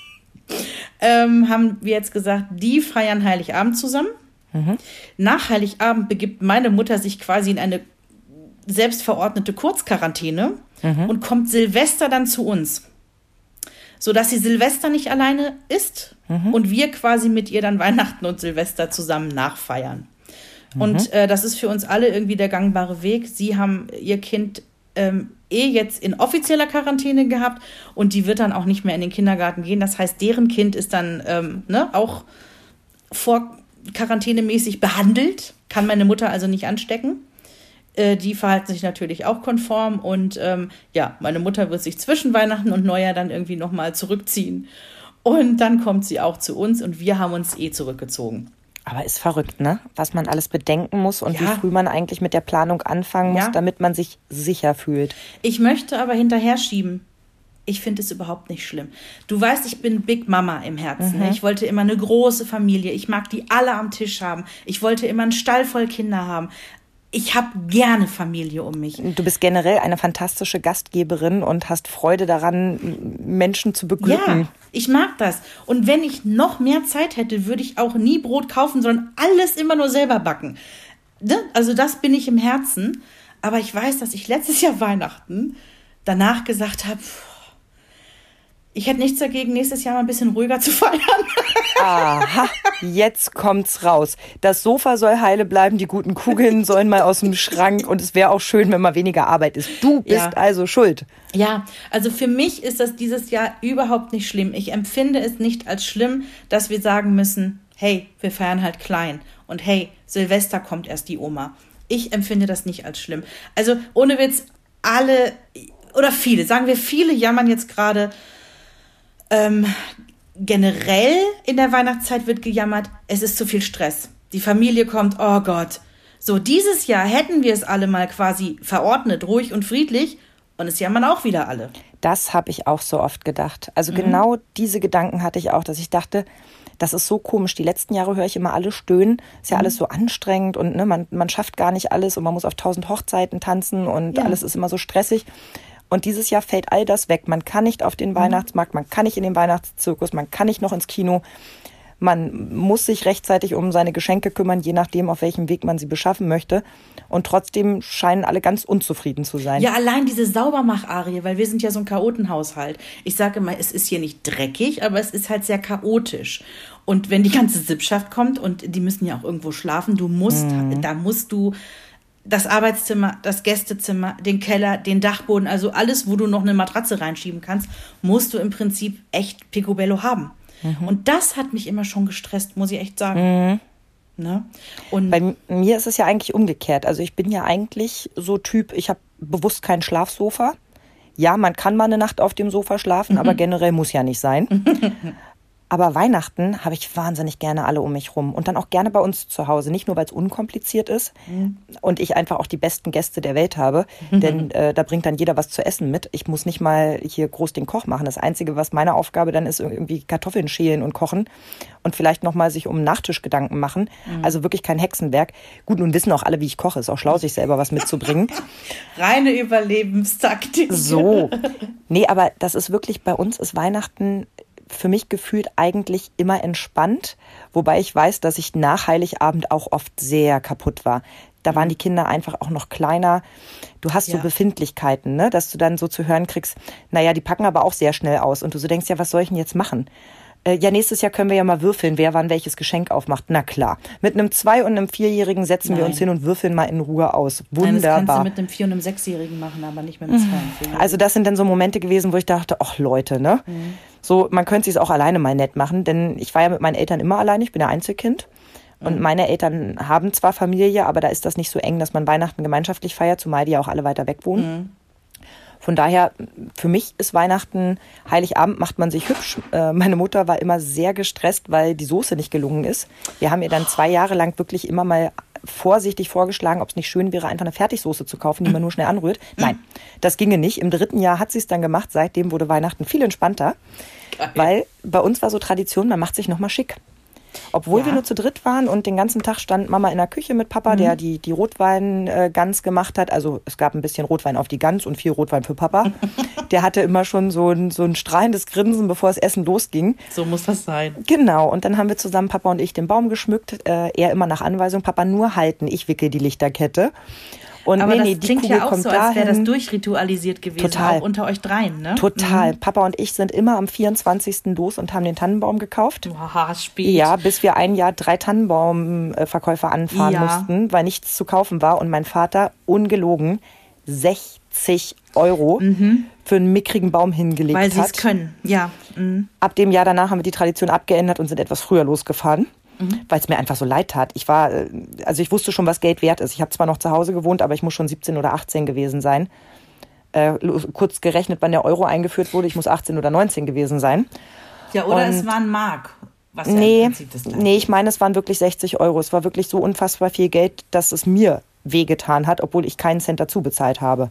ähm, haben wir jetzt gesagt, die feiern Heiligabend zusammen. Mhm. Nach Heiligabend begibt meine Mutter sich quasi in eine selbstverordnete Kurzquarantäne mhm. und kommt Silvester dann zu uns. Sodass sie Silvester nicht alleine ist mhm. und wir quasi mit ihr dann Weihnachten und Silvester zusammen nachfeiern. Mhm. Und äh, das ist für uns alle irgendwie der gangbare Weg. Sie haben ihr Kind ähm, eh jetzt in offizieller Quarantäne gehabt und die wird dann auch nicht mehr in den Kindergarten gehen. Das heißt, deren Kind ist dann ähm, ne, auch vor quarantänemäßig behandelt, kann meine Mutter also nicht anstecken. Äh, die verhalten sich natürlich auch konform und ähm, ja, meine Mutter wird sich zwischen Weihnachten und Neujahr dann irgendwie nochmal zurückziehen. Und dann kommt sie auch zu uns und wir haben uns eh zurückgezogen. Aber ist verrückt, ne? Was man alles bedenken muss und ja. wie früh man eigentlich mit der Planung anfangen muss, ja. damit man sich sicher fühlt. Ich möchte aber hinterher schieben. Ich finde es überhaupt nicht schlimm. Du weißt, ich bin Big Mama im Herzen. Mhm. Ich wollte immer eine große Familie. Ich mag die alle am Tisch haben. Ich wollte immer einen Stall voll Kinder haben. Ich habe gerne Familie um mich. Du bist generell eine fantastische Gastgeberin und hast Freude daran, Menschen zu beglücken. Ja, ich mag das. Und wenn ich noch mehr Zeit hätte, würde ich auch nie Brot kaufen, sondern alles immer nur selber backen. Also das bin ich im Herzen. Aber ich weiß, dass ich letztes Jahr Weihnachten danach gesagt habe, ich hätte nichts dagegen, nächstes Jahr mal ein bisschen ruhiger zu feiern. Aha, jetzt kommt's raus. Das Sofa soll heile bleiben, die guten Kugeln sollen mal aus dem Schrank und es wäre auch schön, wenn mal weniger Arbeit ist. Du bist ja. also schuld. Ja, also für mich ist das dieses Jahr überhaupt nicht schlimm. Ich empfinde es nicht als schlimm, dass wir sagen müssen, hey, wir feiern halt klein und hey, Silvester kommt erst die Oma. Ich empfinde das nicht als schlimm. Also ohne Witz, alle oder viele, sagen wir viele jammern jetzt gerade. Ähm, generell in der Weihnachtszeit wird gejammert, es ist zu viel Stress. Die Familie kommt, oh Gott. So, dieses Jahr hätten wir es alle mal quasi verordnet, ruhig und friedlich und es jammern auch wieder alle. Das habe ich auch so oft gedacht. Also mhm. genau diese Gedanken hatte ich auch, dass ich dachte, das ist so komisch. Die letzten Jahre höre ich immer alle stöhnen. Ist ja mhm. alles so anstrengend und ne, man, man schafft gar nicht alles und man muss auf tausend Hochzeiten tanzen und ja. alles ist immer so stressig. Und dieses Jahr fällt all das weg. Man kann nicht auf den mhm. Weihnachtsmarkt, man kann nicht in den Weihnachtszirkus, man kann nicht noch ins Kino. Man muss sich rechtzeitig um seine Geschenke kümmern, je nachdem, auf welchem Weg man sie beschaffen möchte. Und trotzdem scheinen alle ganz unzufrieden zu sein. Ja, allein diese Saubermach-Arie, weil wir sind ja so ein Chaotenhaushalt. Ich sage immer, es ist hier nicht dreckig, aber es ist halt sehr chaotisch. Und wenn die ganze Sippschaft kommt und die müssen ja auch irgendwo schlafen, du musst, mhm. da musst du das Arbeitszimmer, das Gästezimmer, den Keller, den Dachboden, also alles, wo du noch eine Matratze reinschieben kannst, musst du im Prinzip echt Picobello haben. Mhm. Und das hat mich immer schon gestresst, muss ich echt sagen. Mhm. Ne? Und bei mir ist es ja eigentlich umgekehrt. Also ich bin ja eigentlich so Typ, ich habe bewusst kein Schlafsofa. Ja, man kann mal eine Nacht auf dem Sofa schlafen, mhm. aber generell muss ja nicht sein. Aber Weihnachten habe ich wahnsinnig gerne alle um mich rum. Und dann auch gerne bei uns zu Hause. Nicht nur, weil es unkompliziert ist mhm. und ich einfach auch die besten Gäste der Welt habe. Mhm. Denn äh, da bringt dann jeder was zu essen mit. Ich muss nicht mal hier groß den Koch machen. Das Einzige, was meine Aufgabe dann ist, irgendwie Kartoffeln schälen und kochen. Und vielleicht nochmal sich um einen Nachtisch Gedanken machen. Mhm. Also wirklich kein Hexenwerk. Gut, nun wissen auch alle, wie ich koche. Ist auch schlau, sich selber was mitzubringen. Reine Überlebenstaktik. So. Nee, aber das ist wirklich, bei uns ist Weihnachten für mich gefühlt eigentlich immer entspannt, wobei ich weiß, dass ich nach Heiligabend auch oft sehr kaputt war. Da waren die Kinder einfach auch noch kleiner. Du hast Ja. so Befindlichkeiten, ne? Dass du dann so zu hören kriegst, naja, die packen aber auch sehr schnell aus. Und du so denkst, ja, was soll ich denn jetzt machen? Äh, ja, nächstes Jahr können wir ja mal würfeln, wer wann welches Geschenk aufmacht. Na klar. Mit einem Zwei- und einem Vierjährigen setzen wir Nein. uns hin und würfeln mal in Ruhe aus. Nein, das kannst du Wunderbar. mit einem Vier- und einem Sechsjährigen machen, aber nicht mit einem Zwei- Also das sind dann so Momente gewesen, wo ich dachte, ach Leute, ne? Mhm. So, man könnte es auch alleine mal nett machen, denn ich war ja mit meinen Eltern immer alleine, ich bin ja Einzelkind. Und meine Eltern haben zwar Familie, aber da ist das nicht so eng, dass man Weihnachten gemeinschaftlich feiert, zumal die ja auch alle weiter weg wohnen. Von daher, für mich ist Weihnachten, Heiligabend macht man sich hübsch. Äh, meine Mutter war immer sehr gestresst, weil die Soße nicht gelungen ist. Wir haben ihr dann zwei Jahre lang wirklich immer mal vorsichtig vorgeschlagen, ob es nicht schön wäre, einfach eine Fertigsoße zu kaufen, die man nur schnell anrührt. Nein, das ginge nicht. Im dritten Jahr hat sie es dann gemacht. Seitdem wurde Weihnachten viel entspannter, Geil. weil bei uns war so Tradition, man macht sich nochmal schick. Obwohl Ja. wir nur zu dritt waren und den ganzen Tag stand Mama in der Küche mit Papa, der die, die Rotwein-Gans gemacht hat. Also es gab ein bisschen Rotwein auf die Gans und viel Rotwein für Papa. Der hatte immer schon so ein, so ein strahlendes Grinsen, bevor das Essen losging. So muss das sein. Genau, und dann haben wir zusammen, Papa und ich, den Baum geschmückt. Äh, er immer nach Anweisung, Papa nur halten, ich wickel die Lichterkette. Und Aber nee, das nee, die klingt Kugel ja auch kommt so, als wäre das dahin. durchritualisiert gewesen, Total. auch unter euch dreien, ne? Total. Papa und ich sind immer am vierundzwanzigsten los und haben den Tannenbaum gekauft. Haha, spät. Ja, bis wir ein Jahr drei Tannenbaumverkäufer anfahren Ja. mussten, weil nichts zu kaufen war. Und mein Vater, ungelogen, sechzig Euro für einen mickrigen Baum hingelegt Weil sie es hat. können, ja. Mhm. Ab dem Jahr danach haben wir die Tradition abgeändert und sind etwas früher losgefahren, weil es mir einfach so leid tat. Ich war, äh, also ich wusste schon, was Geld wert ist. Ich habe zwar noch zu Hause gewohnt, aber ich muss schon siebzehn oder achtzehn gewesen sein. Äh, kurz gerechnet, wann der Euro eingeführt wurde, ich muss achtzehn oder neunzehn gewesen sein. Ja, oder Und- es war ein Mark, was ja im Nee, Prinzip das gleiche nee, ich meine, es waren wirklich sechzig Euro. Es war wirklich so unfassbar viel Geld, dass es mir wehgetan hat, obwohl ich keinen Cent dazu bezahlt habe.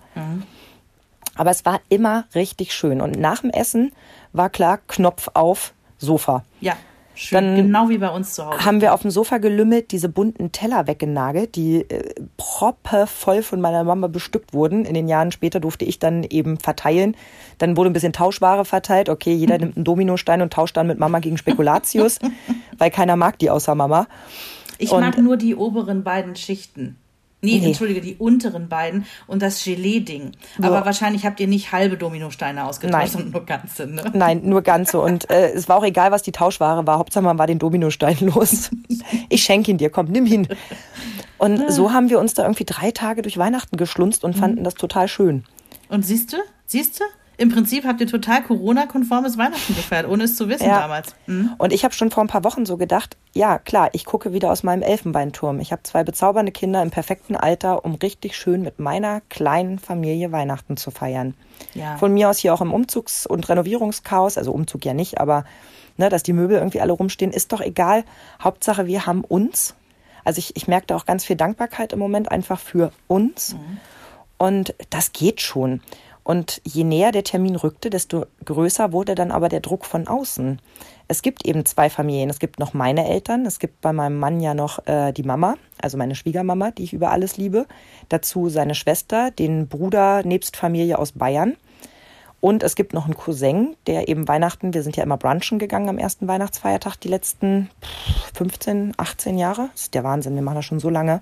Aber es war immer richtig schön. Und nach dem Essen war klar, Knopf auf, Sofa. Ja, schön. Dann Genau wie bei uns zu Hause. Haben wir auf dem Sofa gelümmelt, diese bunten Teller weggenagelt, die äh, proppevoll von meiner Mama bestückt wurden. In den Jahren später durfte ich dann eben verteilen. Dann wurde ein bisschen Tauschware verteilt. Okay, jeder nimmt einen Dominostein und tauscht dann mit Mama gegen Spekulatius, weil keiner mag die außer Mama. Ich Und- mag nur die oberen beiden Schichten. Nee, Nee. entschuldige, die unteren beiden und das Gelee-Ding. Ja. Aber wahrscheinlich habt ihr nicht halbe Dominosteine ausgetauscht, Nein. sondern nur ganze, ne? Nein, nur ganze. Und äh, es war auch egal, was die Tauschware war. Hauptsache, man war den Dominostein los. Ich schenke ihn dir, komm, nimm ihn. Und so haben wir uns da irgendwie drei Tage durch Weihnachten geschlunzt und fanden das total schön. Und siehst du, siehst du? Im Prinzip habt ihr total Corona-konformes Weihnachten gefeiert, ohne es zu wissen Ja. damals. Mhm. Und ich habe schon vor ein paar Wochen so gedacht, ja klar, ich gucke wieder aus meinem Elfenbeinturm. Ich habe zwei bezaubernde Kinder im perfekten Alter, um richtig schön mit meiner kleinen Familie Weihnachten zu feiern. Ja. Von mir aus hier auch im Umzugs- und Renovierungschaos, also Umzug ja nicht, aber ne, dass die Möbel irgendwie alle rumstehen, ist doch egal. Hauptsache, wir haben uns. Also ich, ich merke da auch ganz viel Dankbarkeit im Moment einfach für uns. Und das geht schon. Und je näher der Termin rückte, desto größer wurde dann aber der Druck von außen. Es gibt eben zwei Familien. Es gibt noch meine Eltern. Es gibt bei meinem Mann ja noch äh, die Mama, also meine Schwiegermama, die ich über alles liebe. Dazu seine Schwester, den Bruder nebst Familie aus Bayern. Und es gibt noch einen Cousin, der eben Weihnachten, wir sind ja immer brunchen gegangen am ersten Weihnachtsfeiertag die letzten fünfzehn, achtzehn Jahre. Das ist der Wahnsinn, wir machen das schon so lange.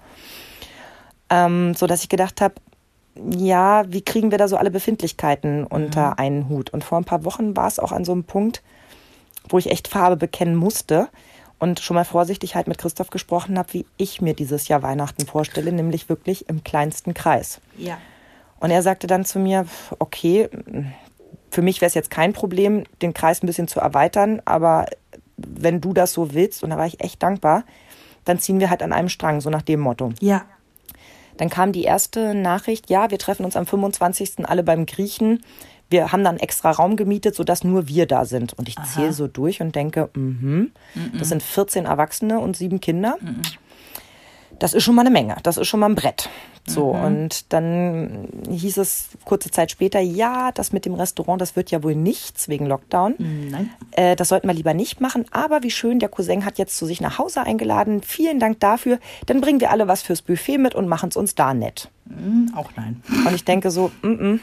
Ähm, so dass ich gedacht habe, ja, wie kriegen wir da so alle Befindlichkeiten unter einen Hut? Und vor ein paar Wochen war es auch an so einem Punkt, wo ich echt Farbe bekennen musste und schon mal vorsichtig halt mit Christoph gesprochen habe, wie ich mir dieses Jahr Weihnachten vorstelle, nämlich wirklich im kleinsten Kreis. Ja. Und er sagte dann zu mir, okay, für mich wäre es jetzt kein Problem, den Kreis ein bisschen zu erweitern, aber wenn du das so willst, und da war ich echt dankbar, dann ziehen wir halt an einem Strang, so nach dem Motto. Ja. Dann kam die erste Nachricht, ja, wir treffen uns am fünfundzwanzigsten alle beim Griechen. Wir haben dann extra Raum gemietet, sodass nur wir da sind. Und ich zähle so durch und denke, mhm, das sind vierzehn Erwachsene und sieben Kinder. Mhm. Das ist schon mal eine Menge, das ist schon mal ein Brett. So, mhm. Und dann hieß es kurze Zeit später, ja, das mit dem Restaurant, das wird ja wohl nichts wegen Lockdown. Nein. Äh, das sollten wir lieber nicht machen. Aber wie schön, der Cousin hat jetzt zu sich nach Hause eingeladen. Vielen Dank dafür. Dann bringen wir alle was fürs Buffet mit und machen es uns da nett. Mhm, auch nein. Und ich denke so, mm -mm,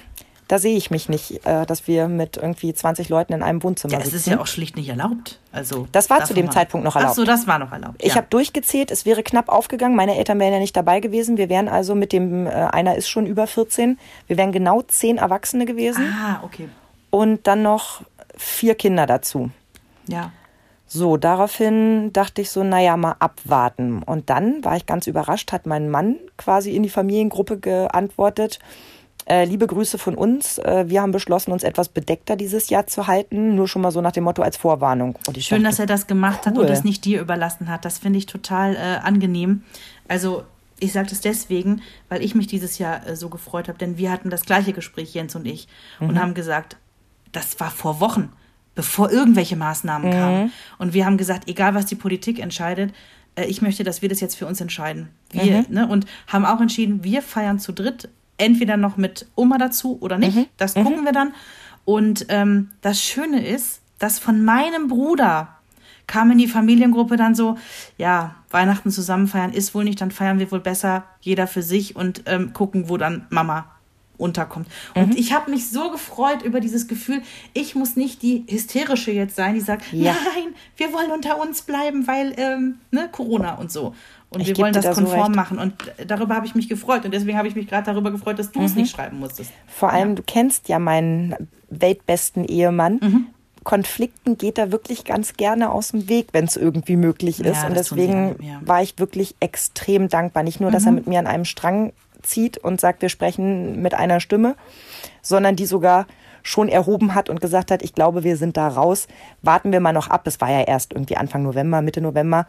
da sehe ich mich nicht, äh, dass wir mit irgendwie zwanzig Leuten in einem Wohnzimmer ja, es sitzen. ist ja auch schlicht nicht erlaubt. Also, das war zu dem mal. Zeitpunkt noch erlaubt. Ach so, das war noch erlaubt. Ich ja. habe durchgezählt, es wäre knapp aufgegangen. Meine Eltern wären ja nicht dabei gewesen. Wir wären also mit dem, äh, einer ist schon über vierzehn, wir wären genau zehn Erwachsene gewesen. Ah, okay. Und dann noch vier Kinder dazu. Ja. So, daraufhin dachte ich so, naja, mal abwarten. Und dann war ich ganz überrascht, hat mein Mann quasi in die Familiengruppe geantwortet, Äh, liebe Grüße von uns. Äh, wir haben beschlossen, uns etwas bedeckter dieses Jahr zu halten. Nur schon mal so nach dem Motto als Vorwarnung. Und ich Schön, dachte, dass er das gemacht cool. hat und es nicht dir überlassen hat. Das finde ich total äh, angenehm. Also ich sage das deswegen, weil ich mich dieses Jahr äh, so gefreut habe. Denn wir hatten das gleiche Gespräch, Jens und ich. Und Mhm. haben gesagt, das war vor Wochen, bevor irgendwelche Maßnahmen mhm. kamen. Und wir haben gesagt, egal was die Politik entscheidet, äh, ich möchte, dass wir das jetzt für uns entscheiden. Wir, Mhm. ne, und haben auch entschieden, wir feiern zu dritt. Entweder noch mit Oma dazu oder nicht. Mhm. Das gucken mhm. wir dann. Und ähm, das Schöne ist, dass von meinem Bruder kam in die Familiengruppe dann so, ja, Weihnachten zusammen feiern ist wohl nicht, dann feiern wir wohl besser, jeder für sich und ähm, gucken, wo dann Mama unterkommt. Und mhm. ich habe mich so gefreut über dieses Gefühl, ich muss nicht die Hysterische jetzt sein, die sagt, ja. nein, wir wollen unter uns bleiben, weil ähm, ne, Corona und so. Und ich wir wollen das da konform so machen. Und darüber habe ich mich gefreut. Und deswegen habe ich mich gerade darüber gefreut, dass du mhm. es nicht schreiben musstest. Vor allem, ja. du kennst ja meinen weltbesten Ehemann. Mhm. Konflikten geht er wirklich ganz gerne aus dem Weg, wenn es irgendwie möglich ist. Ja, und deswegen ja. war ich wirklich extrem dankbar. Nicht nur, dass mhm. er mit mir an einem Strang zieht und sagt, wir sprechen mit einer Stimme, sondern die sogar schon erhoben hat und gesagt hat, ich glaube, wir sind da raus. Warten wir mal noch ab. Es war ja erst irgendwie Anfang November, Mitte November,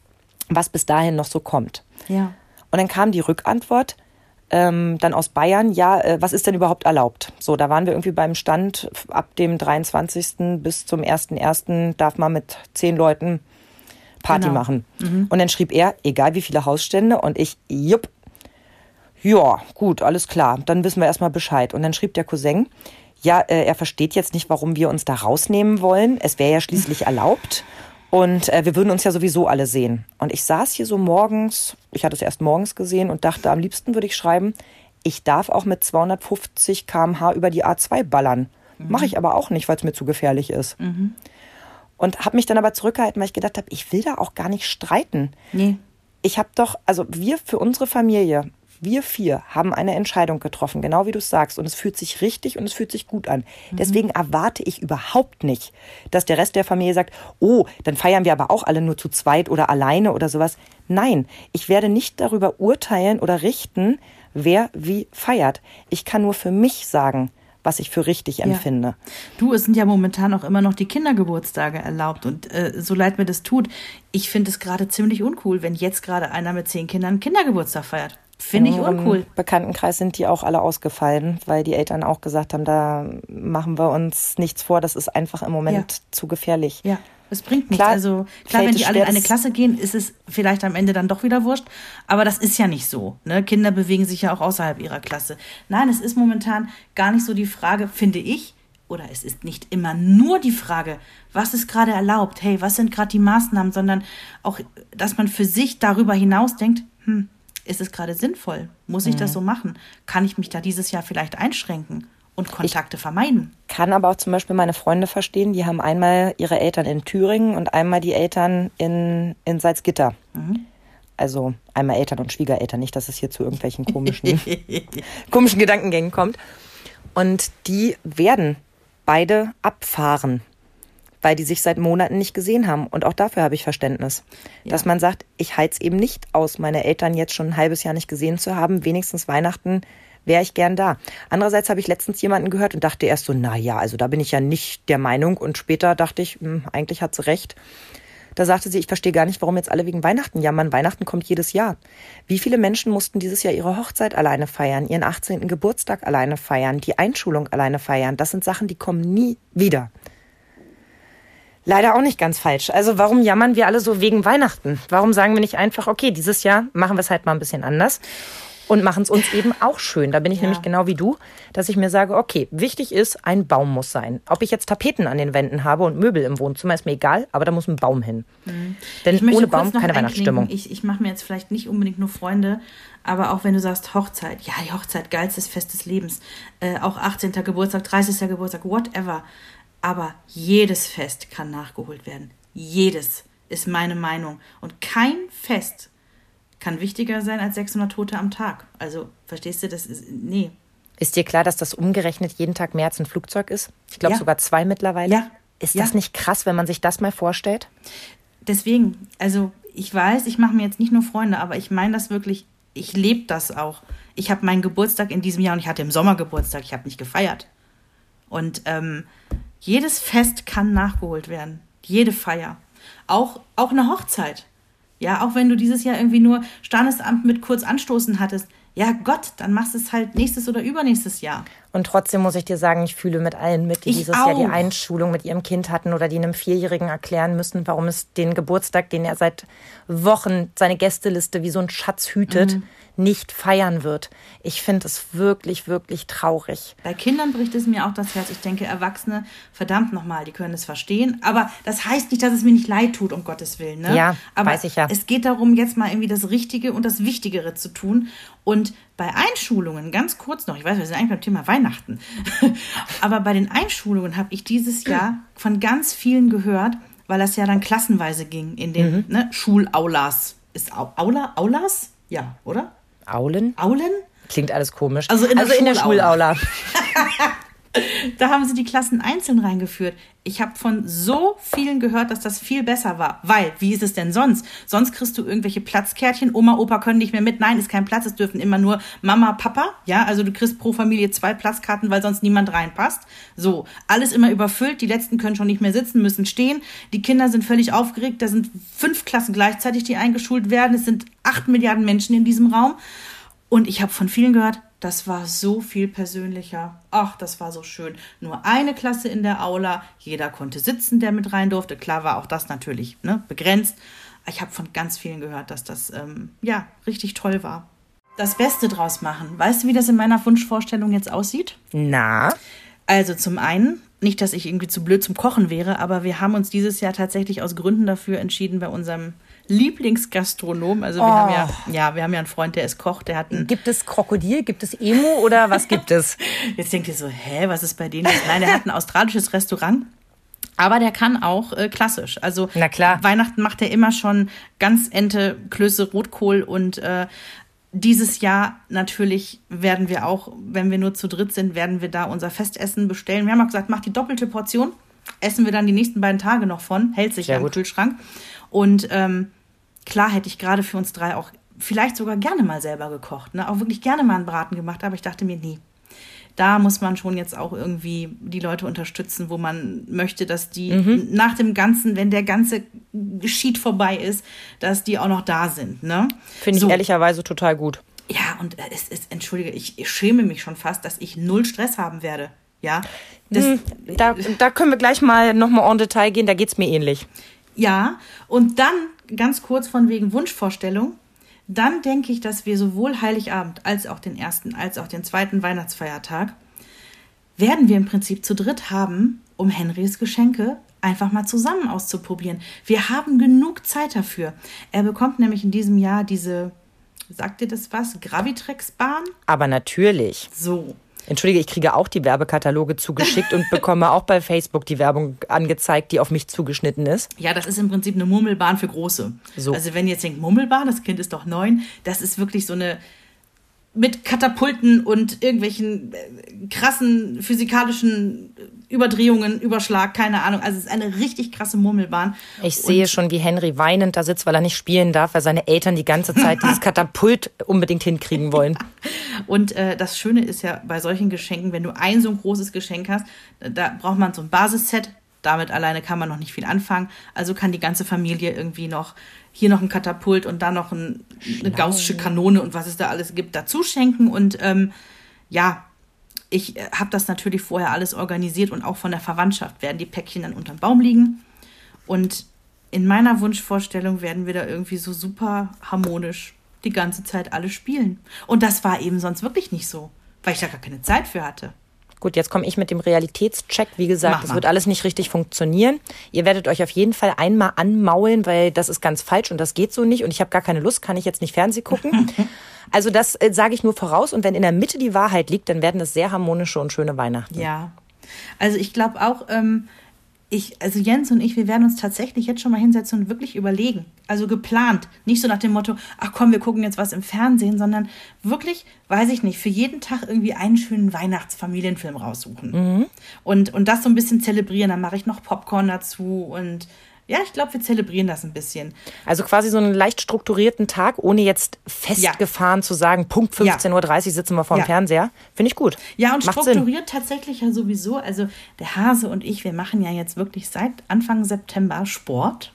was bis dahin noch so kommt. Ja. Und dann kam die Rückantwort ähm, dann aus Bayern, ja, äh, was ist denn überhaupt erlaubt? So, da waren wir irgendwie beim Stand, ab dem dreiundzwanzigsten bis zum ersten ersten darf man mit zehn Leuten Party genau. machen. Mhm. Und dann schrieb er, egal wie viele Hausstände, und ich, jupp, ja, gut, alles klar, dann wissen wir erstmal Bescheid. Und dann schrieb der Cousin, ja, äh, er versteht jetzt nicht, warum wir uns da rausnehmen wollen. Es wäre ja schließlich erlaubt. Und äh, wir würden uns ja sowieso alle sehen. Und ich saß hier so morgens, ich hatte es erst morgens gesehen und dachte, am liebsten würde ich schreiben, ich darf auch mit zweihundertfünfzig Kilometer pro Stunde über die A zwei ballern. Mhm. Mache ich aber auch nicht, weil es mir zu gefährlich ist. Mhm. Und habe mich dann aber zurückgehalten, weil ich gedacht habe, ich will da auch gar nicht streiten. Nee. Ich habe doch, also wir für unsere Familie, wir vier haben eine Entscheidung getroffen, genau wie du es sagst. Und es fühlt sich richtig und es fühlt sich gut an. Mhm. Deswegen erwarte ich überhaupt nicht, dass der Rest der Familie sagt, oh, dann feiern wir aber auch alle nur zu zweit oder alleine oder sowas. Nein, ich werde nicht darüber urteilen oder richten, wer wie feiert. Ich kann nur für mich sagen, was ich für richtig empfinde. Ja. Du, es sind ja momentan auch immer noch die Kindergeburtstage erlaubt. Und äh, so leid mir das tut, ich finde es gerade ziemlich uncool, wenn jetzt gerade einer mit zehn Kindern einen Kindergeburtstag feiert. Finde ich uncool. Im Bekanntenkreis sind die auch alle ausgefallen, weil die Eltern auch gesagt haben, da machen wir uns nichts vor, das ist einfach im Moment ja. zu gefährlich. Ja, es bringt nichts. Klar, also klar, wenn die alle in eine Klasse gehen, ist es vielleicht am Ende dann doch wieder wurscht, aber das ist ja nicht so. Ne? Kinder bewegen sich ja auch außerhalb ihrer Klasse. Nein, es ist momentan gar nicht so die Frage, finde ich, oder es ist nicht immer nur die Frage, was ist gerade erlaubt, hey, was sind gerade die Maßnahmen, sondern auch, dass man für sich darüber hinaus denkt, hm, ist es gerade sinnvoll? Muss ich mhm. das so machen? Kann ich mich da dieses Jahr vielleicht einschränken und Kontakte ich vermeiden? Kann aber auch zum Beispiel meine Freunde verstehen, die haben einmal ihre Eltern in Thüringen und einmal die Eltern in, in Salzgitter. Mhm. Also einmal Eltern und Schwiegereltern, nicht, dass es hier zu irgendwelchen komischen, komischen Gedankengängen kommt. Und die werden beide abfahren, weil die sich seit Monaten nicht gesehen haben. Und auch dafür habe ich Verständnis. Ja. Dass man sagt, ich halte es eben nicht aus, meine Eltern jetzt schon ein halbes Jahr nicht gesehen zu haben. Wenigstens Weihnachten wäre ich gern da. Andererseits habe ich letztens jemanden gehört und dachte erst so, na ja, also da bin ich ja nicht der Meinung. Und später dachte ich, hm, eigentlich hat sie recht. Da sagte sie, ich verstehe gar nicht, warum jetzt alle wegen Weihnachten jammern. Weihnachten kommt jedes Jahr. Wie viele Menschen mussten dieses Jahr ihre Hochzeit alleine feiern, ihren achtzehnten Geburtstag alleine feiern, die Einschulung alleine feiern? Das sind Sachen, die kommen nie wieder. Leider auch nicht ganz falsch. Also warum jammern wir alle so wegen Weihnachten? Warum sagen wir nicht einfach, okay, dieses Jahr machen wir es halt mal ein bisschen anders? Und machen es uns eben auch schön. Da bin ich ja. nämlich genau wie du, dass ich mir sage, okay, wichtig ist, ein Baum muss sein. Ob ich jetzt Tapeten an den Wänden habe und Möbel im Wohnzimmer, ist mir egal, aber da muss ein Baum hin. Mhm. Denn ohne Baum keine Weihnachtsstimmung. Ich, ich mache mir jetzt vielleicht nicht unbedingt nur Freunde, aber auch wenn du sagst Hochzeit, ja, die Hochzeit, geilstes Fest des Lebens, äh, auch achtzehnten Geburtstag, dreißigsten Geburtstag, whatever. Aber jedes Fest kann nachgeholt werden. Jedes ist meine Meinung. Und kein Fest kann wichtiger sein als sechshundert Tote am Tag. Also, verstehst du, das ist, nee. Ist dir klar, dass das umgerechnet jeden Tag mehr als ein Flugzeug ist? Ich glaube ja. sogar zwei mittlerweile. Ja. Ist ja. das nicht krass, wenn man sich das mal vorstellt? Deswegen, also ich weiß, ich mache mir jetzt nicht nur Freunde, aber ich meine das wirklich, ich lebe das auch. Ich habe meinen Geburtstag in diesem Jahr und ich hatte im Sommer Geburtstag, ich habe nicht gefeiert. Und ähm, jedes Fest kann nachgeholt werden. Jede Feier. Auch, auch eine Hochzeit. Ja, auch wenn du dieses Jahr irgendwie nur Standesamt mit kurz anstoßen hattest. Ja Gott, dann machst du es halt nächstes oder übernächstes Jahr. Und trotzdem muss ich dir sagen, ich fühle mit allen mit, die ich dieses auch. Jahr die Einschulung mit ihrem Kind hatten oder die einem Vierjährigen erklären müssen, warum es den Geburtstag, den er seit Wochen seine Gästeliste wie so ein Schatz hütet, mhm. nicht feiern wird. Ich finde es wirklich, wirklich traurig. Bei Kindern bricht es mir auch das Herz. Ich denke, Erwachsene, verdammt nochmal, die können es verstehen. Aber das heißt nicht, dass es mir nicht leid tut, um Gottes Willen. Ne? Ja, aber weiß ich ja. Es geht darum, jetzt mal irgendwie das Richtige und das Wichtigere zu tun. Und bei Einschulungen, ganz kurz noch, ich weiß, wir sind eigentlich beim Thema Weihnachten, aber bei den Einschulungen habe ich dieses Jahr von ganz vielen gehört, weil das ja dann klassenweise ging in den mhm. ne, Schulaulas. Ist Au- Aula? Aulas? Ja, oder? Aulen? Aulen? Klingt alles komisch. Also in der, also in der Schulaula. Da haben sie die Klassen einzeln reingeführt. Ich habe von so vielen gehört, dass das viel besser war. Weil, wie ist es denn sonst? Sonst kriegst du irgendwelche Platzkärtchen. Oma, Opa können nicht mehr mit. Nein, ist kein Platz. Es dürfen immer nur Mama, Papa. Ja, also du kriegst pro Familie zwei Platzkarten, weil sonst niemand reinpasst. So, alles immer überfüllt. Die Letzten können schon nicht mehr sitzen, müssen stehen. Die Kinder sind völlig aufgeregt. Da sind fünf Klassen gleichzeitig, die eingeschult werden. Es sind acht Milliarden Menschen in diesem Raum. Und ich habe von vielen gehört, das war so viel persönlicher. Ach, das war so schön. Nur eine Klasse in der Aula. Jeder konnte sitzen, der mit rein durfte. Klar war auch das natürlich ne, begrenzt. Ich habe von ganz vielen gehört, dass das ähm, ja richtig toll war. Das Beste draus machen. Weißt du, wie das in meiner Wunschvorstellung jetzt aussieht? Na? Also zum einen, nicht, dass ich irgendwie zu blöd zum Kochen wäre, aber wir haben uns dieses Jahr tatsächlich aus Gründen dafür entschieden, bei unserem Lieblingsgastronom, also wir oh. haben ja, ja, wir haben ja einen Freund, der ist Koch, der hat einen... Gibt es Krokodil, gibt es Emu oder was gibt es? Jetzt denkt ihr so, hä, was ist bei denen? Nein, der hat ein australisches Restaurant, aber der kann auch äh, klassisch. Also na klar. Weihnachten macht er immer schon Gansente, Klöße, Rotkohl und äh, dieses Jahr natürlich werden wir auch, wenn wir nur zu dritt sind, werden wir da unser Festessen bestellen. Wir haben auch gesagt, mach die doppelte Portion, essen wir dann die nächsten beiden Tage noch von, hält sich ja im Kühlschrank. Und ähm, klar hätte ich gerade für uns drei auch vielleicht sogar gerne mal selber gekocht, ne? Auch wirklich gerne mal einen Braten gemacht, aber ich dachte mir, nee, da muss man schon jetzt auch irgendwie die Leute unterstützen, wo man möchte, dass die mhm. nach dem Ganzen, wenn der ganze Schied vorbei ist, dass die auch noch da sind. Ne? Finde ich so. Ehrlicherweise total gut. Ja, und es ist, entschuldige, ich, ich schäme mich schon fast, dass ich null Stress haben werde. Ja, das, hm, da, da können wir gleich mal nochmal en Detail gehen, da geht es mir ähnlich. Ja, und dann ganz kurz von wegen Wunschvorstellung, dann denke ich, dass wir sowohl Heiligabend als auch den ersten, als auch den zweiten Weihnachtsfeiertag werden wir im Prinzip zu dritt haben, um Henrys Geschenke einfach mal zusammen auszuprobieren. Wir haben genug Zeit dafür. Er bekommt nämlich in diesem Jahr diese, sagt ihr das was, Gravitrex-Bahn? Aber natürlich. So. Entschuldige, ich kriege auch die Werbekataloge zugeschickt und bekomme auch bei Facebook die Werbung angezeigt, die auf mich zugeschnitten ist. Ja, das ist im Prinzip eine Murmelbahn für Große. So. Also wenn ihr jetzt denkt, Murmelbahn, das Kind ist doch neun, das ist wirklich so eine mit Katapulten und irgendwelchen krassen physikalischen Überdrehungen, Überschlag, keine Ahnung. Also es ist eine richtig krasse Murmelbahn. Ich sehe und schon, wie Henry weinend da sitzt, weil er nicht spielen darf, weil seine Eltern die ganze Zeit dieses Katapult unbedingt hinkriegen wollen. Und äh, das Schöne ist ja bei solchen Geschenken, wenn du ein so ein großes Geschenk hast, da braucht man so ein Basisset. Damit alleine kann man noch nicht viel anfangen. Also kann die ganze Familie irgendwie noch hier noch ein Katapult und da noch ein, eine gaußsche Kanone und was es da alles gibt, dazu schenken. Und ähm, ja, ich habe das natürlich vorher alles organisiert und auch von der Verwandtschaft werden die Päckchen dann unterm Baum liegen. Und in meiner Wunschvorstellung werden wir da irgendwie so super harmonisch die ganze Zeit alle spielen. Und das war eben sonst wirklich nicht so, weil ich da gar keine Zeit für hatte. Gut, jetzt komme ich mit dem Realitätscheck. Wie gesagt, es wird alles nicht richtig funktionieren. Ihr werdet euch auf jeden Fall einmal anmaulen, weil das ist ganz falsch und das geht so nicht. Und ich habe gar keine Lust, kann ich jetzt nicht Fernsehen gucken. Also das äh, sage ich nur voraus. Und wenn in der Mitte die Wahrheit liegt, dann werden es sehr harmonische und schöne Weihnachten. Ja, also ich glaube auch, ähm, ich, also Jens und ich, wir werden uns tatsächlich jetzt schon mal hinsetzen und wirklich überlegen. Also geplant. Nicht so nach dem Motto, ach komm, wir gucken jetzt was im Fernsehen, sondern wirklich, weiß ich nicht, für jeden Tag irgendwie einen schönen Weihnachtsfamilienfilm raussuchen. Mhm. Und, und das so ein bisschen zelebrieren. Dann mache ich noch Popcorn dazu und ja, ich glaube, wir zelebrieren das ein bisschen. Also quasi so einen leicht strukturierten Tag, ohne jetzt festgefahren ja. zu sagen, Punkt fünfzehn Uhr dreißig sitzen wir vor dem ja. Fernseher. Finde ich gut. Ja, und Macht strukturiert Sinn. Tatsächlich ja sowieso. Also der Hase und ich, wir machen ja jetzt wirklich seit Anfang September Sport.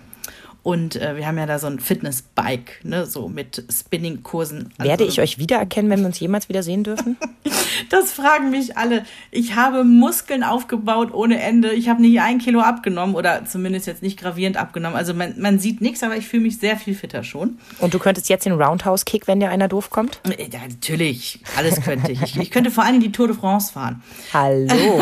Und äh, wir haben ja da so ein Fitnessbike, ne, so mit Spinning-Kursen. Also, werde ich euch wiedererkennen, wenn wir uns jemals wieder sehen dürfen? Das fragen mich alle. Ich habe Muskeln aufgebaut ohne Ende. Ich habe nicht ein Kilo abgenommen oder zumindest jetzt nicht gravierend abgenommen. Also man, man sieht nichts, aber ich fühle mich sehr viel fitter schon. Und du könntest jetzt den Roundhouse-Kick, wenn dir einer doof kommt? Ja, natürlich. Alles könnte ich. Ich, ich könnte vor allem die Tour de France fahren. Hallo.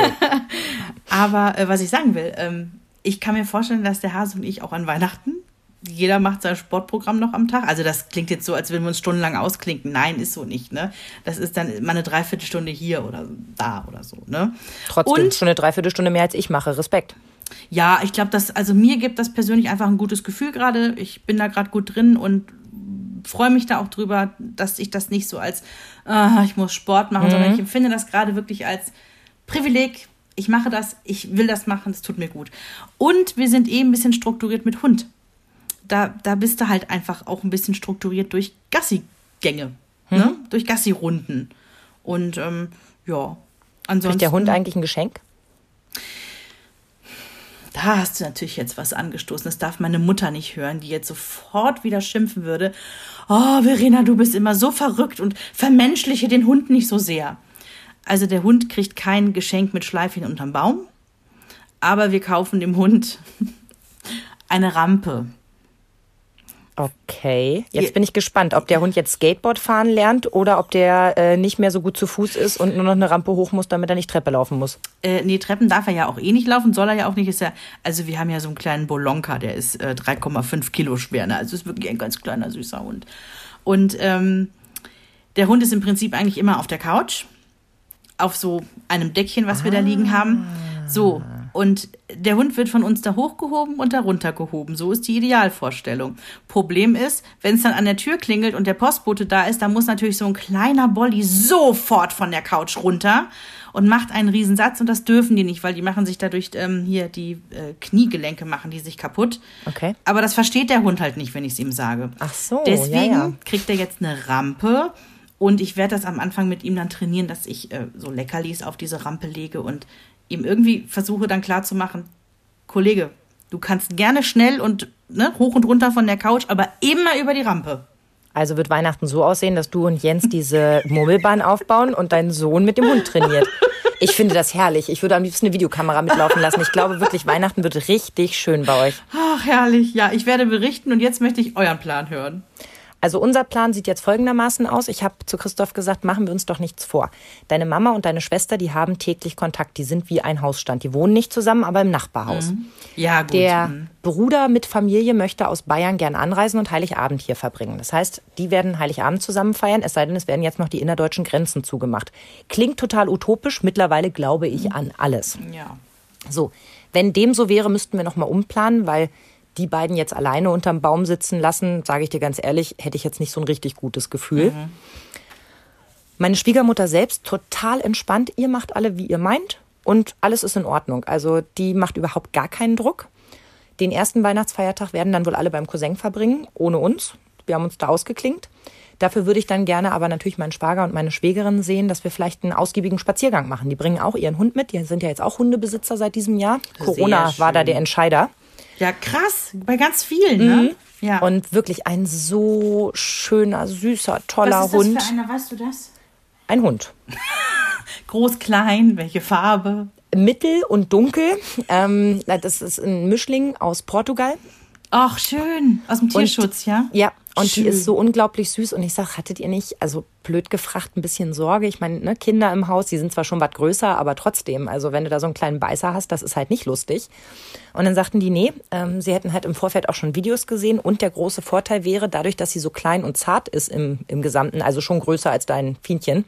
Aber äh, was ich sagen will, ähm, ich kann mir vorstellen, dass der Hase und ich auch an Weihnachten, jeder macht sein Sportprogramm noch am Tag. Also das klingt jetzt so, als würden wir uns stundenlang ausklinken. Nein, ist so nicht, ne? Das ist dann mal eine Dreiviertelstunde hier oder da oder so, ne? Trotzdem und, schon eine Dreiviertelstunde mehr als ich mache. Respekt. Ja, ich glaube, dass, also mir gibt das persönlich einfach ein gutes Gefühl gerade. Ich bin da gerade gut drin und freue mich da auch drüber, dass ich das nicht so als, äh, ich muss Sport machen, mhm. sondern ich empfinde das gerade wirklich als Privileg. Ich mache das, ich will das machen, es tut mir gut. Und wir sind eben ein bisschen strukturiert mit Hund. Da, da bist du halt einfach auch ein bisschen strukturiert durch Gassi-Gänge, hm. ne? Durch Gassi-Runden. Und ähm, ja, ansonsten... Kriegt der Hund eigentlich ein Geschenk? Da hast du natürlich jetzt was angestoßen. Das darf meine Mutter nicht hören, die jetzt sofort wieder schimpfen würde. Oh, Verena, du bist immer so verrückt und vermenschliche den Hund nicht so sehr. Also der Hund kriegt kein Geschenk mit Schleifchen unterm Baum, aber wir kaufen dem Hund eine Rampe. Okay, jetzt bin ich gespannt, ob der Hund jetzt Skateboard fahren lernt oder ob der äh, nicht mehr so gut zu Fuß ist und nur noch eine Rampe hoch muss, damit er nicht Treppe laufen muss. Äh, nee, Treppen darf er ja auch eh nicht laufen, soll er ja auch nicht. Ist ja, also wir haben ja so einen kleinen Bolonka, der ist äh, drei Komma fünf Kilo schwer, ne? Also ist wirklich ein ganz kleiner, süßer Hund. Und ähm, der Hund ist im Prinzip eigentlich immer auf der Couch, auf so einem Deckchen, was ah. wir da liegen haben. So, und der Hund wird von uns da hochgehoben und da runtergehoben. So ist die Idealvorstellung. Problem ist, wenn es dann an der Tür klingelt und der Postbote da ist, dann muss natürlich so ein kleiner Bolli sofort von der Couch runter und macht einen Riesensatz. Und das dürfen die nicht, weil die machen sich dadurch ähm, hier die äh, Kniegelenke machen die sich kaputt. Okay. Aber das versteht der Hund halt nicht, wenn ich es ihm sage. Ach so, Deswegen ja, ja. kriegt er jetzt eine Rampe. Und ich werde das am Anfang mit ihm dann trainieren, dass ich äh, so Leckerlis auf diese Rampe lege und ihm irgendwie versuche dann klarzumachen, Kollege, du kannst gerne schnell und ne, hoch und runter von der Couch, aber immer über die Rampe. Also wird Weihnachten so aussehen, dass du und Jens diese Murmelbahn aufbauen und dein Sohn mit dem Hund trainiert. Ich finde das herrlich. Ich würde am liebsten eine Videokamera mitlaufen lassen. Ich glaube wirklich, Weihnachten wird richtig schön bei euch. Ach, herrlich. Ja, ich werde berichten und jetzt möchte ich euren Plan hören. Also unser Plan sieht jetzt folgendermaßen aus. Ich habe zu Christoph gesagt, machen wir uns doch nichts vor. Deine Mama und deine Schwester, die haben täglich Kontakt. Die sind wie ein Hausstand. Die wohnen nicht zusammen, aber im Nachbarhaus. Mhm. Ja, gut. Der mhm. Bruder mit Familie möchte aus Bayern gern anreisen und Heiligabend hier verbringen. Das heißt, die werden Heiligabend zusammen feiern, es sei denn, es werden jetzt noch die innerdeutschen Grenzen zugemacht. Klingt total utopisch. Mittlerweile glaube ich an alles. Ja. So, wenn dem so wäre, müssten wir noch mal umplanen, weil die beiden jetzt alleine unterm Baum sitzen lassen, sage ich dir ganz ehrlich, hätte ich jetzt nicht so ein richtig gutes Gefühl. Mhm. Meine Schwiegermutter selbst total entspannt. Ihr macht alle, wie ihr meint und alles ist in Ordnung. Also die macht überhaupt gar keinen Druck. Den ersten Weihnachtsfeiertag werden dann wohl alle beim Cousin verbringen, ohne uns. Wir haben uns da ausgeklinkt. Dafür würde ich dann gerne aber natürlich meinen Schwager und meine Schwägerin sehen, dass wir vielleicht einen ausgiebigen Spaziergang machen. Die bringen auch ihren Hund mit. Die sind ja jetzt auch Hundebesitzer seit diesem Jahr. Sehr Corona schön. War da der Entscheider. Ja, krass. Bei ganz vielen, ne? Mhm. Ja. Und wirklich ein so schöner, süßer, toller Was ist das Hund. für einer, weißt du das? Ein Hund. Groß, klein, welche Farbe? Mittel und dunkel. Ähm, das ist ein Mischling aus Portugal. Ach, schön. Aus dem Tierschutz, und, ja? Ja, und schön. Die ist so unglaublich süß. Und ich sag, hattet ihr nicht, also blöd gefragt, ein bisschen Sorge? Ich meine, ne, Kinder im Haus, die sind zwar schon was größer, aber trotzdem, also wenn du da so einen kleinen Beißer hast, das ist halt nicht lustig. Und dann sagten die, nee, ähm, sie hätten halt im Vorfeld auch schon Videos gesehen. Und der große Vorteil wäre, dadurch, dass sie so klein und zart ist im, im Gesamten, also schon größer als dein Fienchen,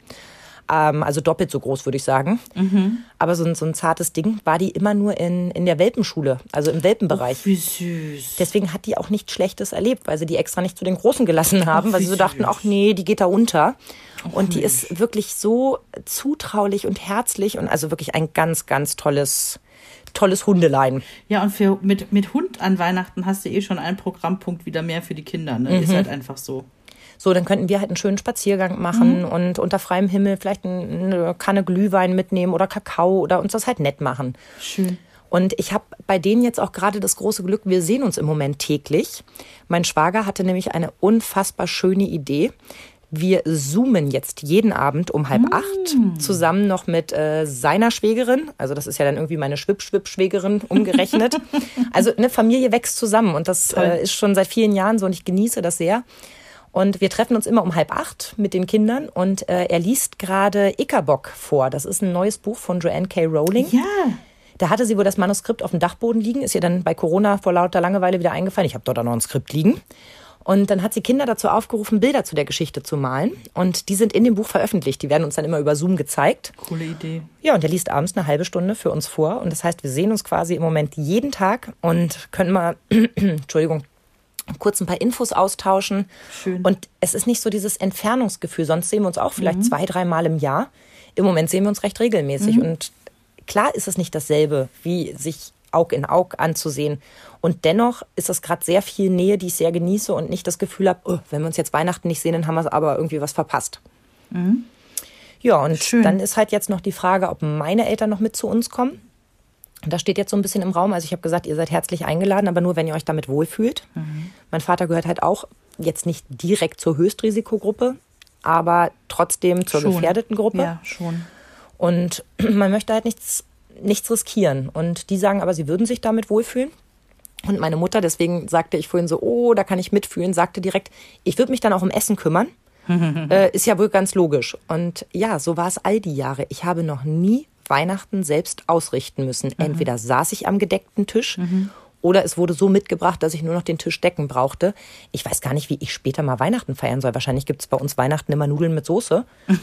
also doppelt so groß, würde ich sagen. Mhm. Aber so ein, so ein zartes Ding war die immer nur in, in der Welpenschule, also im Welpenbereich. Oh, wie süß. Deswegen hat die auch nichts Schlechtes erlebt, weil sie die extra nicht zu den Großen gelassen haben, oh, weil sie so süß. dachten, ach nee, die geht da unter. Oh, und die Mensch. ist wirklich so zutraulich und herzlich und also wirklich ein ganz, ganz tolles, tolles Hundelein. Ja, und für, mit, mit Hund an Weihnachten hast du eh schon einen Programmpunkt wieder mehr für die Kinder. Ne? Mhm. Ist halt einfach so. So, dann könnten wir halt einen schönen Spaziergang machen mhm. und unter freiem Himmel vielleicht eine Kanne Glühwein mitnehmen oder Kakao oder uns das halt nett machen. Schön. Und ich habe bei denen jetzt auch gerade das große Glück, wir sehen uns im Moment täglich. Mein Schwager hatte nämlich eine unfassbar schöne Idee. Wir zoomen jetzt jeden Abend um halb mm. acht zusammen noch mit äh, seiner Schwägerin. Also das ist ja dann irgendwie meine Schwipp-Schwipp-Schwägerin umgerechnet. Also eine Familie wächst zusammen und das äh, ist schon seit vielen Jahren so und ich genieße das sehr. Und wir treffen uns immer um halb acht mit den Kindern und äh, er liest gerade Ichabod vor. Das ist ein neues Buch von Joanne K. Rowling. Ja. Da hatte sie wohl das Manuskript auf dem Dachboden liegen, ist ihr dann bei Corona vor lauter Langeweile wieder eingefallen. Ich habe dort auch noch ein Skript liegen. Und dann hat sie Kinder dazu aufgerufen, Bilder zu der Geschichte zu malen. Und die sind in dem Buch veröffentlicht. Die werden uns dann immer über Zoom gezeigt. Coole Idee. Ja, und der liest abends eine halbe Stunde für uns vor. Und das heißt, wir sehen uns quasi im Moment jeden Tag und können mal, Entschuldigung, kurz ein paar Infos austauschen. Schön. Und es ist nicht so dieses Entfernungsgefühl. Sonst sehen wir uns auch vielleicht mhm. zwei, dreimal im Jahr. Im Moment sehen wir uns recht regelmäßig. Mhm. Und klar ist es nicht dasselbe, wie sich Aug in Aug anzusehen. Und dennoch ist es gerade sehr viel Nähe, die ich sehr genieße und nicht das Gefühl habe, oh, wenn wir uns jetzt Weihnachten nicht sehen, dann haben wir aber irgendwie was verpasst. Mhm. Ja, und Schön. Dann ist halt jetzt noch die Frage, ob meine Eltern noch mit zu uns kommen. Und das steht jetzt so ein bisschen im Raum. Also ich habe gesagt, ihr seid herzlich eingeladen, aber nur, wenn ihr euch damit wohlfühlt. Mhm. Mein Vater gehört halt auch jetzt nicht direkt zur Höchstrisikogruppe, aber trotzdem zur schon. gefährdeten Gruppe. Ja, schon. Und man möchte halt nichts, nichts riskieren. Und die sagen aber, sie würden sich damit wohlfühlen. Und meine Mutter, deswegen sagte ich vorhin so, oh, da kann ich mitfühlen, sagte direkt, ich würde mich dann auch um Essen kümmern. äh, ist ja wohl ganz logisch. Und ja, so war es all die Jahre. Ich habe noch nie Weihnachten selbst ausrichten müssen. Mhm. Entweder saß ich am gedeckten Tisch mhm. oder es wurde so mitgebracht, dass ich nur noch den Tisch decken brauchte. Ich weiß gar nicht, wie ich später mal Weihnachten feiern soll. Wahrscheinlich gibt es bei uns Weihnachten immer Nudeln mit Soße.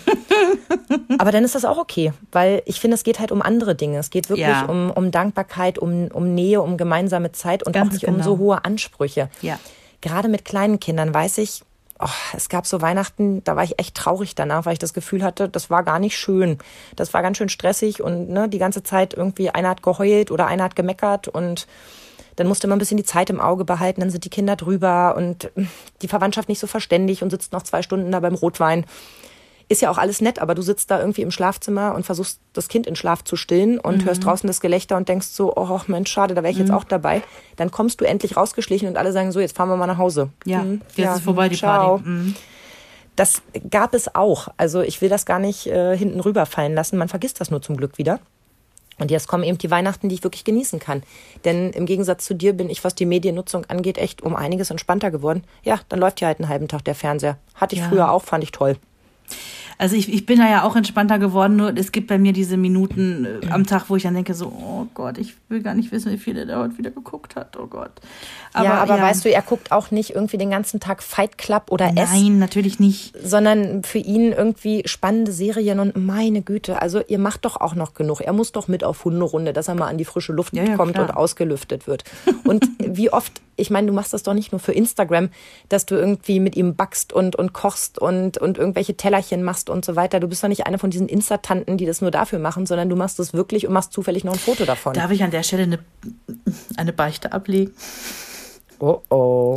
Aber dann ist das auch okay, weil ich finde, es geht halt um andere Dinge. Es geht wirklich ja. um, um Dankbarkeit, um, um Nähe, um gemeinsame Zeit und Ganz auch nicht genau. um so hohe Ansprüche. Ja. Gerade mit kleinen Kindern weiß ich, oh, es gab so Weihnachten, da war ich echt traurig danach, weil ich das Gefühl hatte, das war gar nicht schön. Das war ganz schön stressig und ne, die ganze Zeit irgendwie einer hat geheult oder einer hat gemeckert und dann musste man ein bisschen die Zeit im Auge behalten, dann sind die Kinder drüber und die Verwandtschaft nicht so verständig und sitzt noch zwei Stunden da beim Rotwein. Ist ja auch alles nett, aber du sitzt da irgendwie im Schlafzimmer und versuchst, das Kind in Schlaf zu stillen und mhm. hörst draußen das Gelächter und denkst so, oh Mensch, schade, da wäre ich mhm. jetzt auch dabei. Dann kommst du endlich rausgeschlichen und alle sagen so, jetzt fahren wir mal nach Hause. Ja, mhm. jetzt ja, ist vorbei die ciao. Party. Mhm. Das gab es auch. Also ich will das gar nicht äh, hinten rüberfallen lassen. Man vergisst das nur zum Glück wieder. Und jetzt kommen eben die Weihnachten, die ich wirklich genießen kann. Denn im Gegensatz zu dir bin ich, was die Mediennutzung angeht, echt um einiges entspannter geworden. Ja, dann läuft ja halt einen halben Tag der Fernseher. Hatte ich ja. früher auch, fand ich toll. Also ich, ich bin da ja auch entspannter geworden, nur es gibt bei mir diese Minuten äh, am Tag, wo ich dann denke so, oh Gott, ich will gar nicht wissen, wie viel der heute wieder geguckt hat, oh Gott. Aber, ja, aber ja. weißt du, er guckt auch nicht irgendwie den ganzen Tag Fight Club oder S. Nein, natürlich nicht. Sondern für ihn irgendwie spannende Serien und meine Güte, also ihr macht doch auch noch genug. Er muss doch mit auf Hunderunde, dass er mal an die frische Luft ja, ja, kommt klar. und ausgelüftet wird. Und wie oft, ich meine, du machst das doch nicht nur für Instagram, dass du irgendwie mit ihm backst und, und kochst und, und irgendwelche Tellerchen machst und so weiter. Du bist doch nicht eine von diesen Insta-Tanten, die das nur dafür machen, sondern du machst das wirklich und machst zufällig noch ein Foto davon. Darf ich an der Stelle eine, eine Beichte ablegen? Oh oh.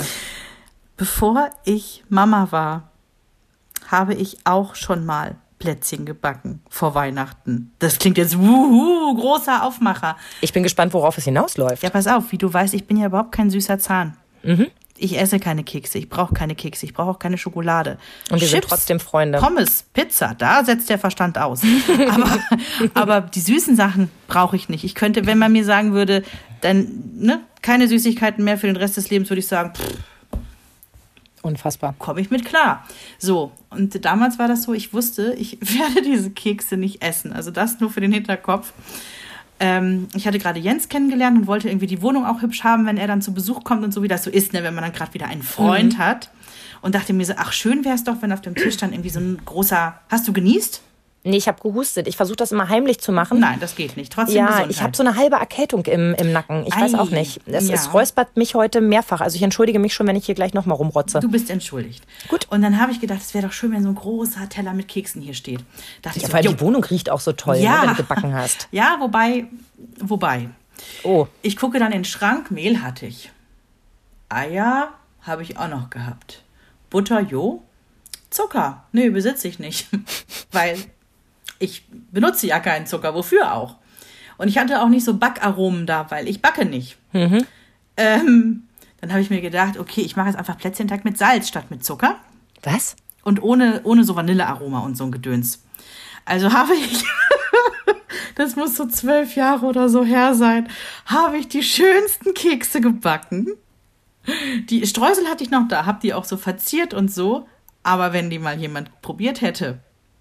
Bevor ich Mama war, habe ich auch schon mal Plätzchen gebacken vor Weihnachten. Das klingt jetzt wuhu, großer Aufmacher. Ich bin gespannt, worauf es hinausläuft. Ja, pass auf, wie du weißt, ich bin ja überhaupt kein süßer Zahn. Mhm. Ich esse keine Kekse, ich brauche keine Kekse, ich brauche auch keine Schokolade. Und wir Chips, sind trotzdem Freunde. Pommes, Pizza, da setzt der Verstand aus. aber, aber die süßen Sachen brauche ich nicht. Ich könnte, wenn man mir sagen würde, Dann, ne, keine Süßigkeiten mehr für den Rest des Lebens, würde ich sagen, pff, unfassbar. Komme ich mit klar. So, und damals war das so, ich wusste, ich werde diese Kekse nicht essen. Also das nur für den Hinterkopf. Ähm, ich hatte gerade Jens kennengelernt und wollte irgendwie die Wohnung auch hübsch haben, wenn er dann zu Besuch kommt und so, wie das so ist, ne, wenn man dann gerade wieder einen Freund mhm. hat. Und dachte mir so, ach, schön wäre es doch, wenn auf dem Tisch dann irgendwie so ein großer... Hast du genießt? Nee, ich habe gehustet. Ich versuche das immer heimlich zu machen. Nein, das geht nicht. Trotzdem Ja, Gesundheit. Ich habe so eine halbe Erkältung im, im Nacken. Ich Ei, weiß auch nicht. Es, ja. es räuspert mich heute mehrfach. Also ich entschuldige mich schon, wenn ich hier gleich nochmal rumrotze. Du bist entschuldigt. Gut. Und dann habe ich gedacht, es wäre doch schön, wenn so ein großer Teller mit Keksen hier steht. Dachte ja, ich so, weil die Wohnung riecht auch so toll, ja. ne, wenn du gebacken hast. Ja, wobei, wobei. Oh. Ich gucke dann in den Schrank, Mehl hatte ich. Eier habe ich auch noch gehabt. Butter, jo. Zucker, nee, besitze ich nicht. Weil ich benutze ja keinen Zucker, wofür auch? Und ich hatte auch nicht so Backaromen da, weil ich backe nicht. Mhm. Ähm, dann habe ich mir gedacht, okay, ich mache jetzt einfach Plätzchenteig mit Salz statt mit Zucker. Was? Und ohne, ohne so Vanillearoma und so ein Gedöns. Also habe ich, das muss so zwölf Jahre oder so her sein, habe ich die schönsten Kekse gebacken. Die Streusel hatte ich noch da, habe die auch so verziert und so. Aber wenn die mal jemand probiert hätte.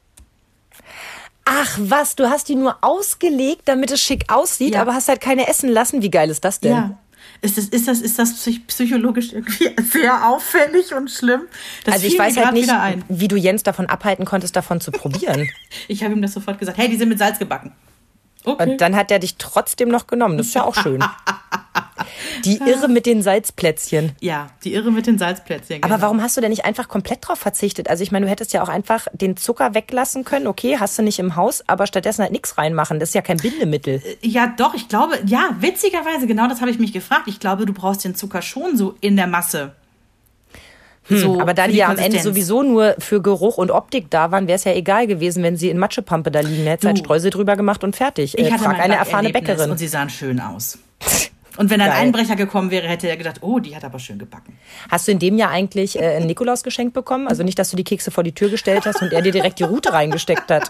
Ach was, du hast die nur ausgelegt, damit es schick aussieht, ja. aber hast halt keine essen lassen. Wie geil ist das denn? Ja. Ist das, ist das, ist das psychologisch irgendwie sehr auffällig und schlimm? Das also ich weiß halt nicht, wie du Jens davon abhalten konntest, davon zu probieren. Ich habe ihm das sofort gesagt. Hey, die sind mit Salz gebacken. Okay. Und dann hat er dich trotzdem noch genommen. Das ist ja auch schön. Die Irre mit den Salzplätzchen. Ja, die Irre mit den Salzplätzchen. Genau. Aber warum hast du denn nicht einfach komplett drauf verzichtet? Also ich meine, du hättest ja auch einfach den Zucker weglassen können. Okay, hast du nicht im Haus, aber stattdessen halt nichts reinmachen. Das ist ja kein Bindemittel. Ja, doch, ich glaube, ja, witzigerweise, genau das habe ich mich gefragt. Ich glaube, du brauchst den Zucker schon so in der Masse. Hm, so aber da die, die ja am Ende sowieso nur für Geruch und Optik da waren, wäre es ja egal gewesen, wenn sie in Matschepampe da liegen. Hätte halt Streusel drüber gemacht und fertig. Ich hatte Frag eine erfahrene Bäckerin. Und sie sahen schön aus. Und wenn ein Geil. Einbrecher gekommen wäre, hätte er gedacht, oh, die hat aber schön gebacken. Hast du in dem Jahr eigentlich äh, ein Nikolausgeschenk bekommen? Also nicht, dass du die Kekse vor die Tür gestellt hast und er dir direkt die Rute reingesteckt hat.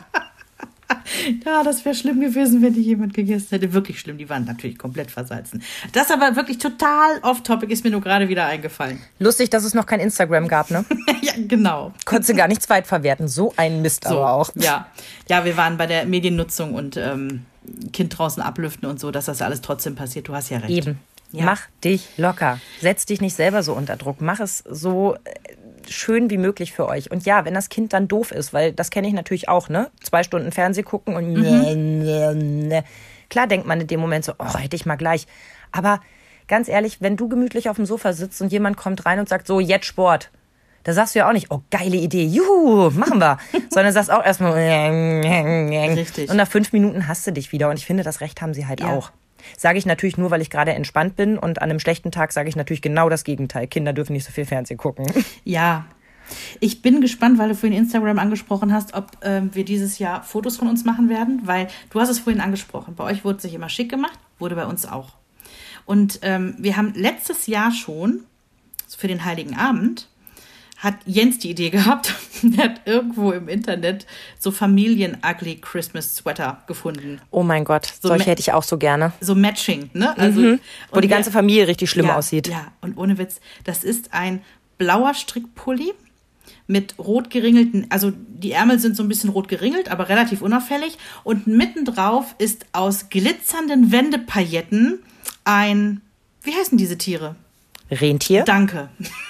Ja, das wäre schlimm gewesen, wenn die jemand gegessen hätte. Wirklich schlimm, die waren natürlich komplett versalzen. Das aber wirklich total off-topic, ist mir nur gerade wieder eingefallen. Lustig, dass es noch kein Instagram gab, ne? Ja, genau. Konntest du gar nicht zweitverwerten. So ein Mist so, aber auch. Ja. ja, wir waren bei der Mediennutzung und ähm, Kind draußen ablüften und so, dass das alles trotzdem passiert. Du hast ja recht. Eben. Ja. Mach dich locker. Setz dich nicht selber so unter Druck. Mach es so schön wie möglich für euch. Und ja, wenn das Kind dann doof ist, weil das kenne ich natürlich auch, ne? Zwei Stunden Fernseh gucken und mhm. Klar denkt man in dem Moment so, oh, hätte ich mal gleich. Aber ganz ehrlich, wenn du gemütlich auf dem Sofa sitzt und jemand kommt rein und sagt, so, jetzt Sport. Da sagst du ja auch nicht, oh, geile Idee, juhu, machen wir. Sondern sagst auch erstmal, richtig. Und nach fünf Minuten hast du dich wieder. Und ich finde, das Recht haben sie halt ja. auch. Sage ich natürlich nur, weil ich gerade entspannt bin. Und an einem schlechten Tag sage ich natürlich genau das Gegenteil. Kinder dürfen nicht so viel Fernsehen gucken. Ja, ich bin gespannt, weil du vorhin Instagram angesprochen hast, ob ähm, wir dieses Jahr Fotos von uns machen werden. Weil du hast es vorhin angesprochen. Bei euch wurde sich immer schick gemacht, wurde bei uns auch. Und ähm, wir haben letztes Jahr schon, für den Heiligen Abend, hat Jens die Idee gehabt, der hat irgendwo im Internet so Familien-Ugly-Christmas-Sweater gefunden. Oh mein Gott, so solche ma- hätte ich auch so gerne. So Matching, ne? Also, mhm. Wo die ganze der, Familie richtig schlimm ja, aussieht. Ja, und ohne Witz, das ist ein blauer Strickpulli mit rot geringelten, also die Ärmel sind so ein bisschen rot geringelt, aber relativ unauffällig. Und mittendrauf ist aus glitzernden Wendepailletten ein, wie heißen diese Tiere? Rentier? Danke.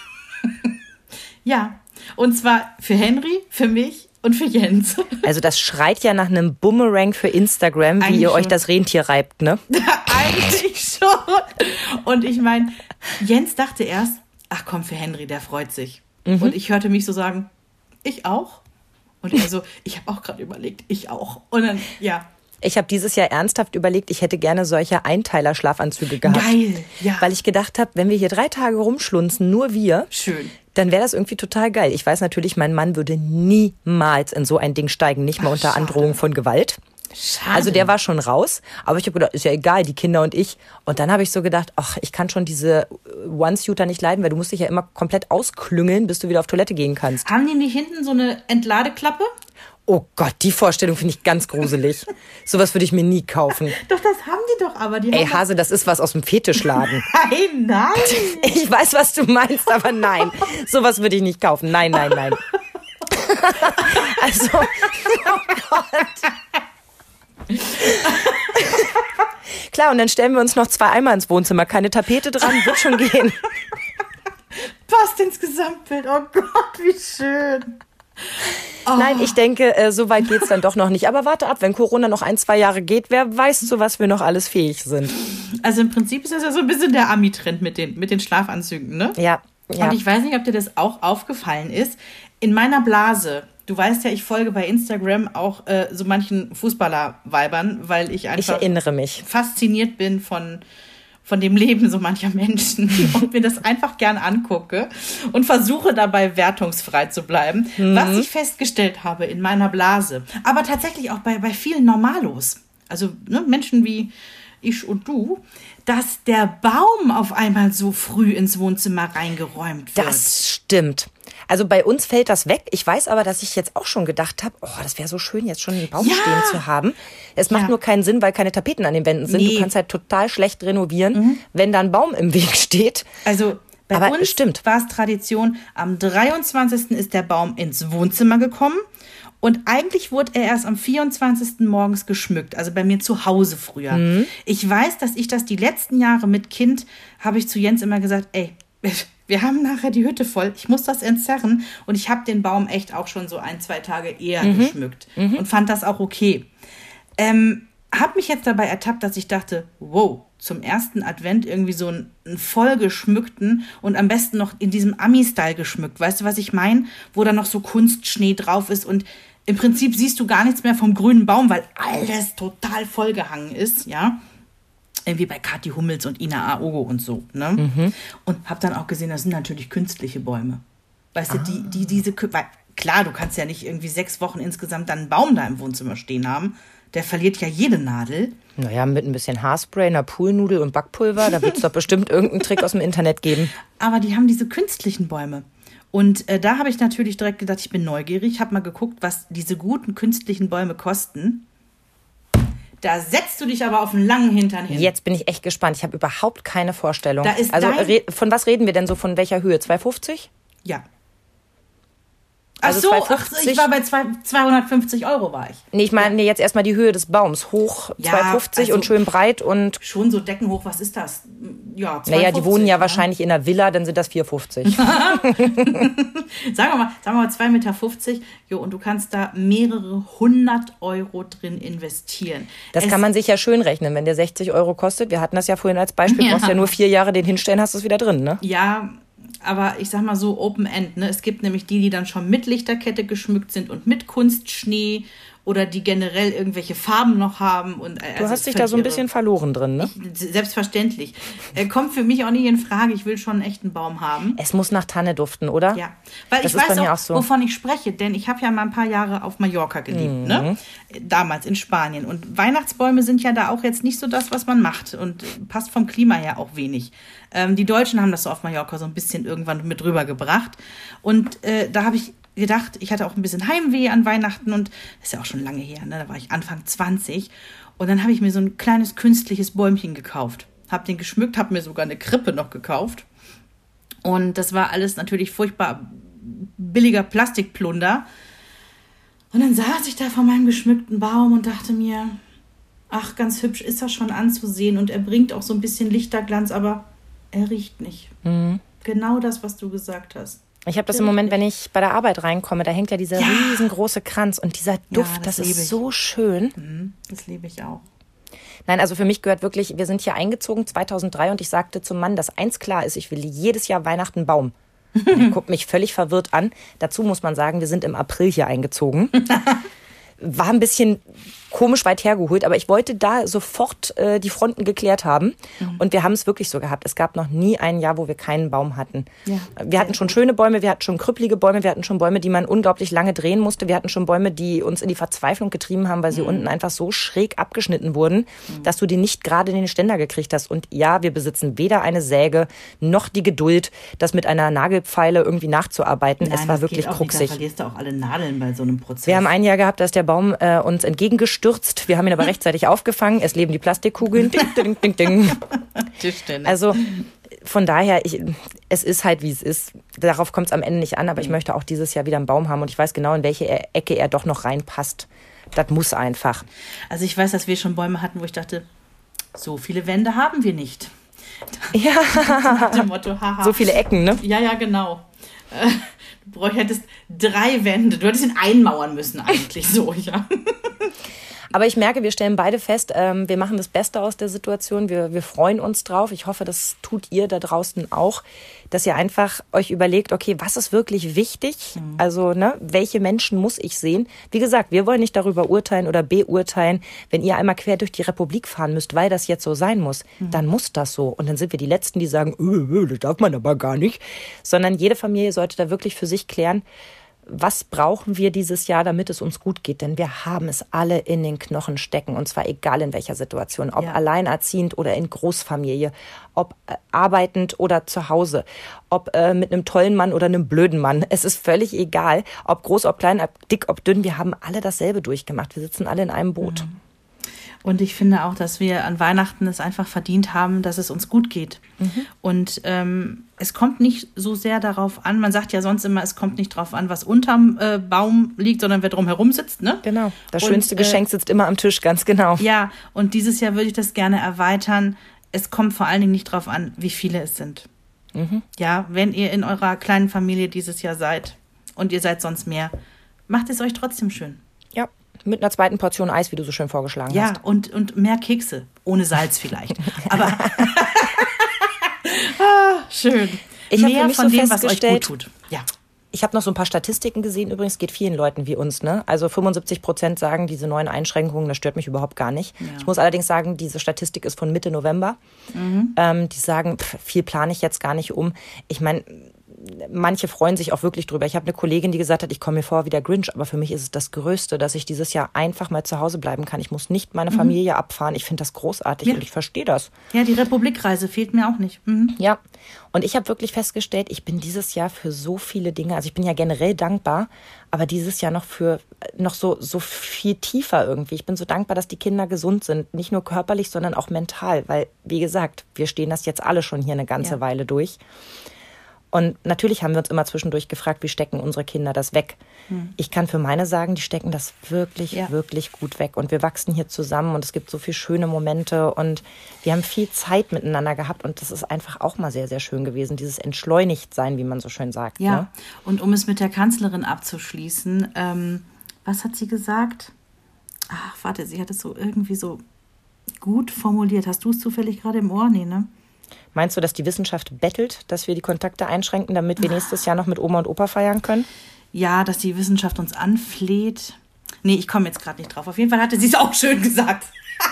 Ja, und zwar für Henry, für mich und für Jens. Also das schreit ja nach einem Boomerang für Instagram, wie Eigentlich ihr schon. euch das Rentier reibt, ne? Eigentlich schon. Und ich meine, Jens dachte erst, ach komm, für Henry, der freut sich. Mhm. Und ich hörte mich so sagen, ich auch. Und er so, ich habe auch gerade überlegt, ich auch. Und dann, ja. Ich habe dieses Jahr ernsthaft überlegt, ich hätte gerne solche Einteiler-Schlafanzüge gehabt. Geil, ja. Weil ich gedacht habe, wenn wir hier drei Tage rumschlunzen, nur wir, schön, dann wäre das irgendwie total geil. Ich weiß natürlich, mein Mann würde niemals in so ein Ding steigen, nicht mal Ach, unter schade. Androhung von Gewalt. Schade. Also der war schon raus, aber ich habe gedacht, ist ja egal, die Kinder und ich. Und dann habe ich so gedacht, ach, ich kann schon diese One-Suiter nicht leiden, weil du musst dich ja immer komplett ausklüngeln, bis du wieder auf Toilette gehen kannst. Haben die nicht hinten so eine Entladeklappe? Oh Gott, die Vorstellung finde ich ganz gruselig. Sowas würde ich mir nie kaufen. Doch, das haben die doch, aber die Ey, haben Hase, das ist was aus dem Fetischladen. Nein, nein. Ich weiß, was du meinst, aber nein. Sowas würde ich nicht kaufen. Nein, nein, nein. Also, oh Gott. Klar, und dann stellen wir uns noch zwei Eimer ins Wohnzimmer. Keine Tapete dran, wird schon gehen. Passt ins Gesamtbild. Oh Gott, wie schön. Oh. Nein, ich denke, äh, so weit geht's dann doch noch nicht. Aber warte ab, wenn Corona noch ein, zwei Jahre geht, wer weiß, zu was wir noch alles fähig sind. Also im Prinzip ist das ja so ein bisschen der Ami-Trend mit den, mit den Schlafanzügen, ne? Ja, ja. Und ich weiß nicht, ob dir das auch aufgefallen ist. In meiner Blase, du weißt ja, ich folge bei Instagram auch äh, so manchen Fußballer-Weibern, weil ich einfach Ich erinnere mich. fasziniert bin von... von dem Leben so mancher Menschen und mir das einfach gern angucke und versuche dabei wertungsfrei zu bleiben, mhm. was ich festgestellt habe in meiner Blase, aber tatsächlich auch bei, bei vielen Normalos, also ne, Menschen wie ich und du, dass der Baum auf einmal so früh ins Wohnzimmer reingeräumt wird. Das stimmt. Also bei uns fällt das weg. Ich weiß aber, dass ich jetzt auch schon gedacht habe, oh, das wäre so schön, jetzt schon einen Baum Ja. stehen zu haben. Es macht Ja. nur keinen Sinn, weil keine Tapeten an den Wänden sind. Nee. Du kannst halt total schlecht renovieren, mhm. wenn da ein Baum im Weg steht. Also bei Aber uns stimmt. war es Tradition, am dreiundzwanzigsten ist der Baum ins Wohnzimmer gekommen und eigentlich wurde er erst am vierundzwanzigsten morgens geschmückt, also bei mir zu Hause früher. Mhm. Ich weiß, dass ich das die letzten Jahre mit Kind, habe ich zu Jens immer gesagt, ey, wir haben nachher die Hütte voll, ich muss das entzerren und ich habe den Baum echt auch schon so ein, zwei Tage eher mhm. geschmückt mhm. und fand das auch okay. Ähm, hab mich jetzt dabei ertappt, dass ich dachte, wow, zum ersten Advent irgendwie so einen, einen voll geschmückten und am besten noch in diesem Ami-Style geschmückt. Weißt du, was ich meine? Wo da noch so Kunstschnee drauf ist und im Prinzip siehst du gar nichts mehr vom grünen Baum, weil alles total vollgehangen ist, ja. Irgendwie bei Kathi Hummels und Ina Aogo und so, ne? Mhm. Und hab dann auch gesehen, das sind natürlich künstliche Bäume. Weißt ah. du, die, die, diese, weil, klar, du kannst ja nicht irgendwie sechs Wochen insgesamt dann einen Baum da im Wohnzimmer stehen haben. Der verliert ja jede Nadel. Naja, mit ein bisschen Haarspray, einer Poolnudel und Backpulver, da wird es doch bestimmt irgendeinen Trick aus dem Internet geben. Aber die haben diese künstlichen Bäume. Und äh, da habe ich natürlich direkt gedacht, ich bin neugierig, habe mal geguckt, was diese guten künstlichen Bäume kosten. Da setzt du dich aber auf einen langen Hintern hin. Jetzt bin ich echt gespannt. Ich habe überhaupt keine Vorstellung. Da ist also dein... re- von was reden wir denn so? Von welcher Höhe? zwei fünfzig? Ja. Ach Also so, zwei ach, fünfzig? ich war bei zwei, zweihundertfünfzig Euro war ich. Nee, ich meine nee, jetzt erstmal die Höhe des Baums. Hoch Ja, zwei fünfzig also und schön breit und... Schon so deckenhoch, was ist das? Ja, zwei Naja, die wohnen ja ne? wahrscheinlich in einer Villa, dann sind das vier fünfzig. Sagen wir mal, sagen wir mal zwei Meter fünfzig. Jo, und du kannst da mehrere hundert Euro drin investieren. Das es kann man sich ja schön rechnen, wenn der sechzig Euro kostet. Wir hatten das ja vorhin als Beispiel. Du Ja. brauchst ja nur vier Jahre den hinstellen, hast du es wieder drin, ne? Ja, aber ich sag mal so Open End. Ne? Es gibt nämlich die, die dann schon mit Lichterkette geschmückt sind und mit Kunstschnee oder die generell irgendwelche Farben noch haben. Und, äh, Du also hast dich da so ein irre. bisschen verloren drin, ne? Selbstverständlich. Äh, kommt für mich auch nicht in Frage. Ich will schon einen echten Baum haben. Es muss nach Tanne duften, oder? Ja, weil Das ich ist bei weiß mir auch, auch so. wovon ich spreche, denn ich habe ja mal ein paar Jahre auf Mallorca gelebt, Mhm. ne? Damals in Spanien. Und Weihnachtsbäume sind ja da auch jetzt nicht so das, was man macht und passt vom Klima her auch wenig. Ähm, die Deutschen haben das so auf Mallorca so ein bisschen irgendwann mit rübergebracht. Und äh, da habe ich gedacht, ich hatte auch ein bisschen Heimweh an Weihnachten und das ist ja auch schon lange her, ne? Da war ich Anfang zwanzig und dann habe ich mir so ein kleines künstliches Bäumchen gekauft. Habe den geschmückt, habe mir sogar eine Krippe noch gekauft. Und das war alles natürlich furchtbar billiger Plastikplunder. Und dann saß ich da vor meinem geschmückten Baum und dachte mir, ach, ganz hübsch ist er schon anzusehen und er bringt auch so ein bisschen Lichterglanz, aber er riecht nicht. Mhm. Genau das, was du gesagt hast. Ich habe das im Moment, wenn ich bei der Arbeit reinkomme, da hängt ja dieser Ja. riesengroße Kranz und dieser Duft, Ja, das, das liebe ist ich. so schön. Mhm, das liebe ich auch. Nein, also für mich gehört wirklich, wir sind hier eingezogen zweitausenddrei und ich sagte zum Mann, dass eins klar ist, ich will jedes Jahr Weihnachten einen Baum. Er guckt mich völlig verwirrt an. Dazu muss man sagen, wir sind im April hier eingezogen. War ein bisschen komisch weit hergeholt, aber ich wollte da sofort äh, die Fronten geklärt haben. Mhm. Und wir haben es wirklich so gehabt. Es gab noch nie ein Jahr, wo wir keinen Baum hatten. Ja, wir hatten schon schöne Bäume, wir hatten schon krüppelige Bäume, wir hatten schon Bäume, die man unglaublich lange drehen musste. Wir hatten schon Bäume, die uns in die Verzweiflung getrieben haben, weil sie mhm. unten einfach so schräg abgeschnitten wurden, mhm. dass du die nicht gerade in den Ständer gekriegt hast. Und ja, wir besitzen weder eine Säge noch die Geduld, das mit einer Nagelpfeile irgendwie nachzuarbeiten. Nein, es war wirklich kruxig. Da verlierst du auch alle Nadeln bei so einem Prozess. Wir haben ein Jahr gehabt, da ist der Baum äh, uns entgegengestürzt. Wir haben ihn aber rechtzeitig aufgefangen. Es leben die Plastikkugeln. Ding, ding, ding, ding. Tischtennis. Also von daher, ich, es ist halt, wie es ist. Darauf kommt es am Ende nicht an, aber ich möchte auch dieses Jahr wieder einen Baum haben und ich weiß genau, in welche Ecke er doch noch reinpasst. Das muss einfach. Also ich weiß, dass wir schon Bäume hatten, wo ich dachte, so viele Wände haben wir nicht. Ja, nach dem Motto, haha. So viele Ecken, ne? Ja, ja, genau. Du hättest drei Wände. Du hättest ihn einmauern müssen eigentlich so, ja. Aber ich merke, wir stellen beide fest, ähm, wir machen das Beste aus der Situation. Wir, wir freuen uns drauf. Ich hoffe, das tut ihr da draußen auch, dass ihr einfach euch überlegt, okay, was ist wirklich wichtig? Mhm. Also, ne, welche Menschen muss ich sehen? Wie gesagt, wir wollen nicht darüber urteilen oder beurteilen. Wenn ihr einmal quer durch die Republik fahren müsst, weil das jetzt so sein muss, mhm. dann muss das so. Und dann sind wir die Letzten, die sagen, öh, öh, das darf man aber gar nicht. Sondern jede Familie sollte da wirklich für sich klären, was brauchen wir dieses Jahr, damit es uns gut geht? Denn wir haben es alle in den Knochen stecken. Und zwar egal in welcher Situation. Ob ja. alleinerziehend oder in Großfamilie. Ob äh, arbeitend oder zu Hause. Ob äh, mit einem tollen Mann oder einem blöden Mann. Es ist völlig egal. Ob groß, ob klein, ob dick, ob dünn. Wir haben alle dasselbe durchgemacht. Wir sitzen alle in einem Boot. Mhm. Und ich finde auch, dass wir an Weihnachten es einfach verdient haben, dass es uns gut geht. Mhm. Und ähm, es kommt nicht so sehr darauf an, man sagt ja sonst immer, es kommt nicht darauf an, was unterm äh, Baum liegt, sondern wer drum herum sitzt. Ne? Genau, das und, schönste Geschenk äh, sitzt immer am Tisch, ganz genau. Ja, und dieses Jahr würde ich das gerne erweitern. Es kommt vor allen Dingen nicht darauf an, wie viele es sind. Mhm. Ja, wenn ihr in eurer kleinen Familie dieses Jahr seid und ihr seid sonst mehr, macht es euch trotzdem schön. Ja. Mit einer zweiten Portion Eis, wie du so schön vorgeschlagen ja, hast. Ja, und, und mehr Kekse. Ohne Salz vielleicht. Aber ah, schön. Ich habe für mich von so dem, was euch gut tut. Ja. Ich habe noch so ein paar Statistiken gesehen. Übrigens, es geht vielen Leuten wie uns. Ne? Also fünfundsiebzig Prozent sagen, diese neuen Einschränkungen, das stört mich überhaupt gar nicht. Ja. Ich muss allerdings sagen, diese Statistik ist von Mitte November. Mhm. Ähm, die sagen, pff, viel plane ich jetzt gar nicht um. Ich meine, manche freuen sich auch wirklich drüber. Ich habe eine Kollegin, die gesagt hat, ich komme mir vor wie der Grinch, aber für mich ist es das Größte, dass ich dieses Jahr einfach mal zu Hause bleiben kann. Ich muss nicht meine mhm. Familie abfahren. Ich finde das großartig ja. und ich verstehe das. Ja, die Republikreise fehlt mir auch nicht. Mhm. Ja, und ich habe wirklich festgestellt, ich bin dieses Jahr für so viele Dinge, also ich bin ja generell dankbar, aber dieses Jahr noch für noch so, so viel tiefer irgendwie. Ich bin so dankbar, dass die Kinder gesund sind, nicht nur körperlich, sondern auch mental, weil, wie gesagt, wir stehen das jetzt alle schon hier eine ganze ja. Weile durch. Und natürlich haben wir uns immer zwischendurch gefragt, wie stecken unsere Kinder das weg? Hm. Ich kann für meine sagen, die stecken das wirklich, ja. wirklich gut weg. Und wir wachsen hier zusammen und es gibt so viele schöne Momente und wir haben viel Zeit miteinander gehabt und das ist einfach auch mal sehr, sehr schön gewesen, dieses Entschleunigtsein, wie man so schön sagt. Ja, ne? Und um es mit der Kanzlerin abzuschließen, ähm, was hat sie gesagt? Ach, warte, sie hat es so irgendwie so gut formuliert. Hast du es zufällig gerade im Ohr? Nee, ne? Meinst du, dass die Wissenschaft bettelt, dass wir die Kontakte einschränken, damit wir nächstes Jahr noch mit Oma und Opa feiern können? Ja, dass die Wissenschaft uns anfleht. Nee, ich komme jetzt gerade nicht drauf. Auf jeden Fall hatte sie es auch schön gesagt.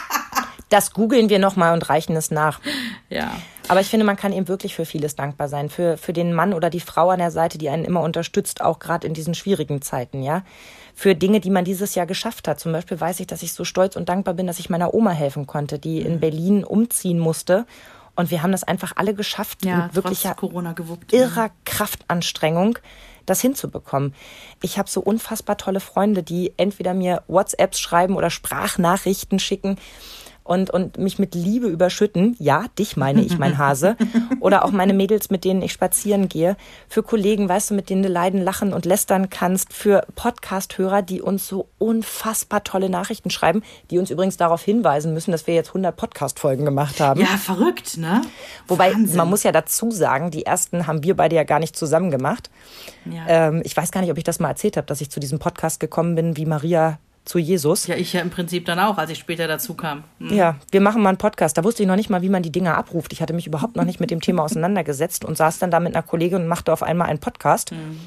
Das googeln wir nochmal und reichen es nach. Ja. Aber ich finde, man kann eben wirklich für vieles dankbar sein. Für, für den Mann oder die Frau an der Seite, die einen immer unterstützt, auch gerade in diesen schwierigen Zeiten, ja. Für Dinge, die man dieses Jahr geschafft hat. Zum Beispiel weiß ich, dass ich so stolz und dankbar bin, dass ich meiner Oma helfen konnte, die in Berlin umziehen musste. Und wir haben das einfach alle geschafft, ja, mit wirklicher Corona gewuppt, irrer ja. Kraftanstrengung das hinzubekommen. Ich habe so unfassbar tolle Freunde, die entweder mir WhatsApps schreiben oder Sprachnachrichten schicken und, und mich mit Liebe überschütten. Ja, dich meine ich, mein Hase. Oder auch meine Mädels, mit denen ich spazieren gehe. Für Kollegen, weißt du, mit denen du leiden, lachen und lästern kannst. Für Podcast-Hörer, die uns so unfassbar tolle Nachrichten schreiben, die uns übrigens darauf hinweisen müssen, dass wir jetzt hundert Podcast-Folgen gemacht haben. Ja, verrückt, ne? Wobei, Wahnsinn. Man muss ja dazu sagen, die ersten haben wir beide ja gar nicht zusammen gemacht. Ja. Ähm, ich weiß gar nicht, ob ich das mal erzählt habe, dass ich zu diesem Podcast gekommen bin, wie Maria zu Jesus. Ja, ich ja im Prinzip dann auch, als ich später dazu kam. Mhm. Ja, wir machen mal einen Podcast. Da wusste ich noch nicht mal, wie man die Dinger abruft. Ich hatte mich überhaupt noch nicht mit dem Thema auseinandergesetzt und saß dann da mit einer Kollegin und machte auf einmal einen Podcast. Mhm.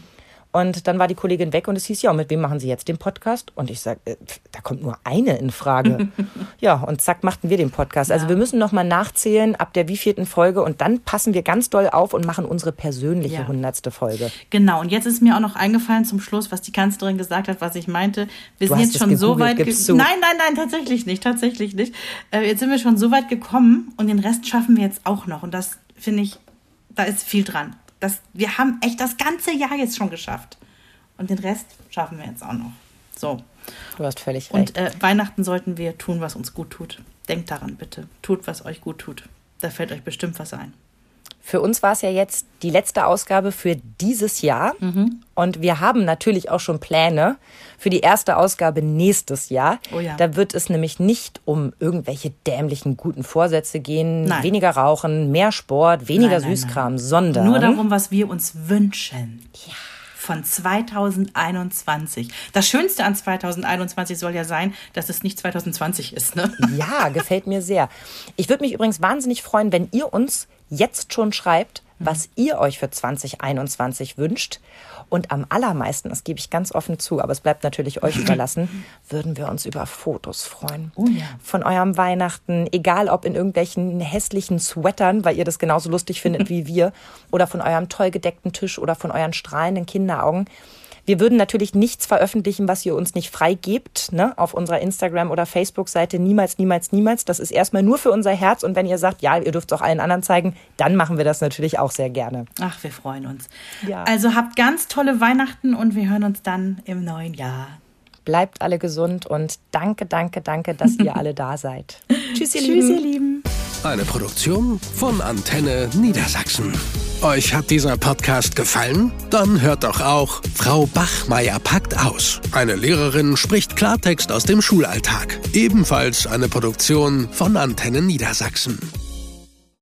Und dann war die Kollegin weg und es hieß, ja, mit wem machen Sie jetzt den Podcast? Und ich sage, äh, da kommt nur eine in Frage. Ja, und zack, machten wir den Podcast. Ja. Also wir müssen nochmal nachzählen, ab der wievielten Folge und dann passen wir ganz doll auf und machen unsere persönliche hundertste ja. Folge. Genau, und jetzt ist mir auch noch eingefallen zum Schluss, was die Kanzlerin gesagt hat, was ich meinte. Wir du sind jetzt schon so weit... Ge- nein, nein, nein, tatsächlich nicht, tatsächlich nicht. Äh, jetzt sind wir schon so weit gekommen und den Rest schaffen wir jetzt auch noch. Und das finde ich, da ist viel dran. Das, wir haben echt das ganze Jahr jetzt schon geschafft. Und den Rest schaffen wir jetzt auch noch. So. Du hast völlig Und recht. äh, Weihnachten sollten wir tun, was uns gut tut. Denkt daran, bitte. Tut, was euch gut tut. Da fällt euch bestimmt was ein. Für uns war es ja jetzt die letzte Ausgabe für dieses Jahr. Mhm. Und wir haben natürlich auch schon Pläne für die erste Ausgabe nächstes Jahr. Oh ja. Da wird es nämlich nicht um irgendwelche dämlichen guten Vorsätze gehen. Nein. Weniger rauchen, mehr Sport, weniger nein, nein, Süßkram, nein. sondern... Nur darum, was wir uns wünschen. Ja. Von zwanzig einundzwanzig. Das Schönste an zwanzig einundzwanzig soll ja sein, dass es nicht zwanzig zwanzig ist, ne? Ja, gefällt mir sehr. Ich würde mich übrigens wahnsinnig freuen, wenn ihr uns jetzt schon schreibt, was ihr euch für zwanzig einundzwanzig wünscht. Und am allermeisten, das gebe ich ganz offen zu, aber es bleibt natürlich euch überlassen, würden wir uns über Fotos freuen. Oh ja. Von eurem Weihnachten, egal ob in irgendwelchen hässlichen Sweatern, weil ihr das genauso lustig findet wie wir, oder von eurem toll gedeckten Tisch oder von euren strahlenden Kinderaugen. Wir würden natürlich nichts veröffentlichen, was ihr uns nicht freigebt, ne, auf unserer Instagram- oder Facebook-Seite. Niemals, niemals, niemals. Das ist erstmal nur für unser Herz. Und wenn ihr sagt, ja, ihr dürft es auch allen anderen zeigen, dann machen wir das natürlich auch sehr gerne. Ach, wir freuen uns. Ja. Also habt ganz tolle Weihnachten und wir hören uns dann im neuen Jahr. Bleibt alle gesund und danke, danke, danke, dass ihr alle da seid. Tschüss, ihr Lieben. Tschüss, ihr Lieben. Eine Produktion von Antenne Niedersachsen. Euch hat dieser Podcast gefallen? Dann hört doch auch Frau Bachmeier packt aus. Eine Lehrerin spricht Klartext aus dem Schulalltag. Ebenfalls eine Produktion von Antenne Niedersachsen.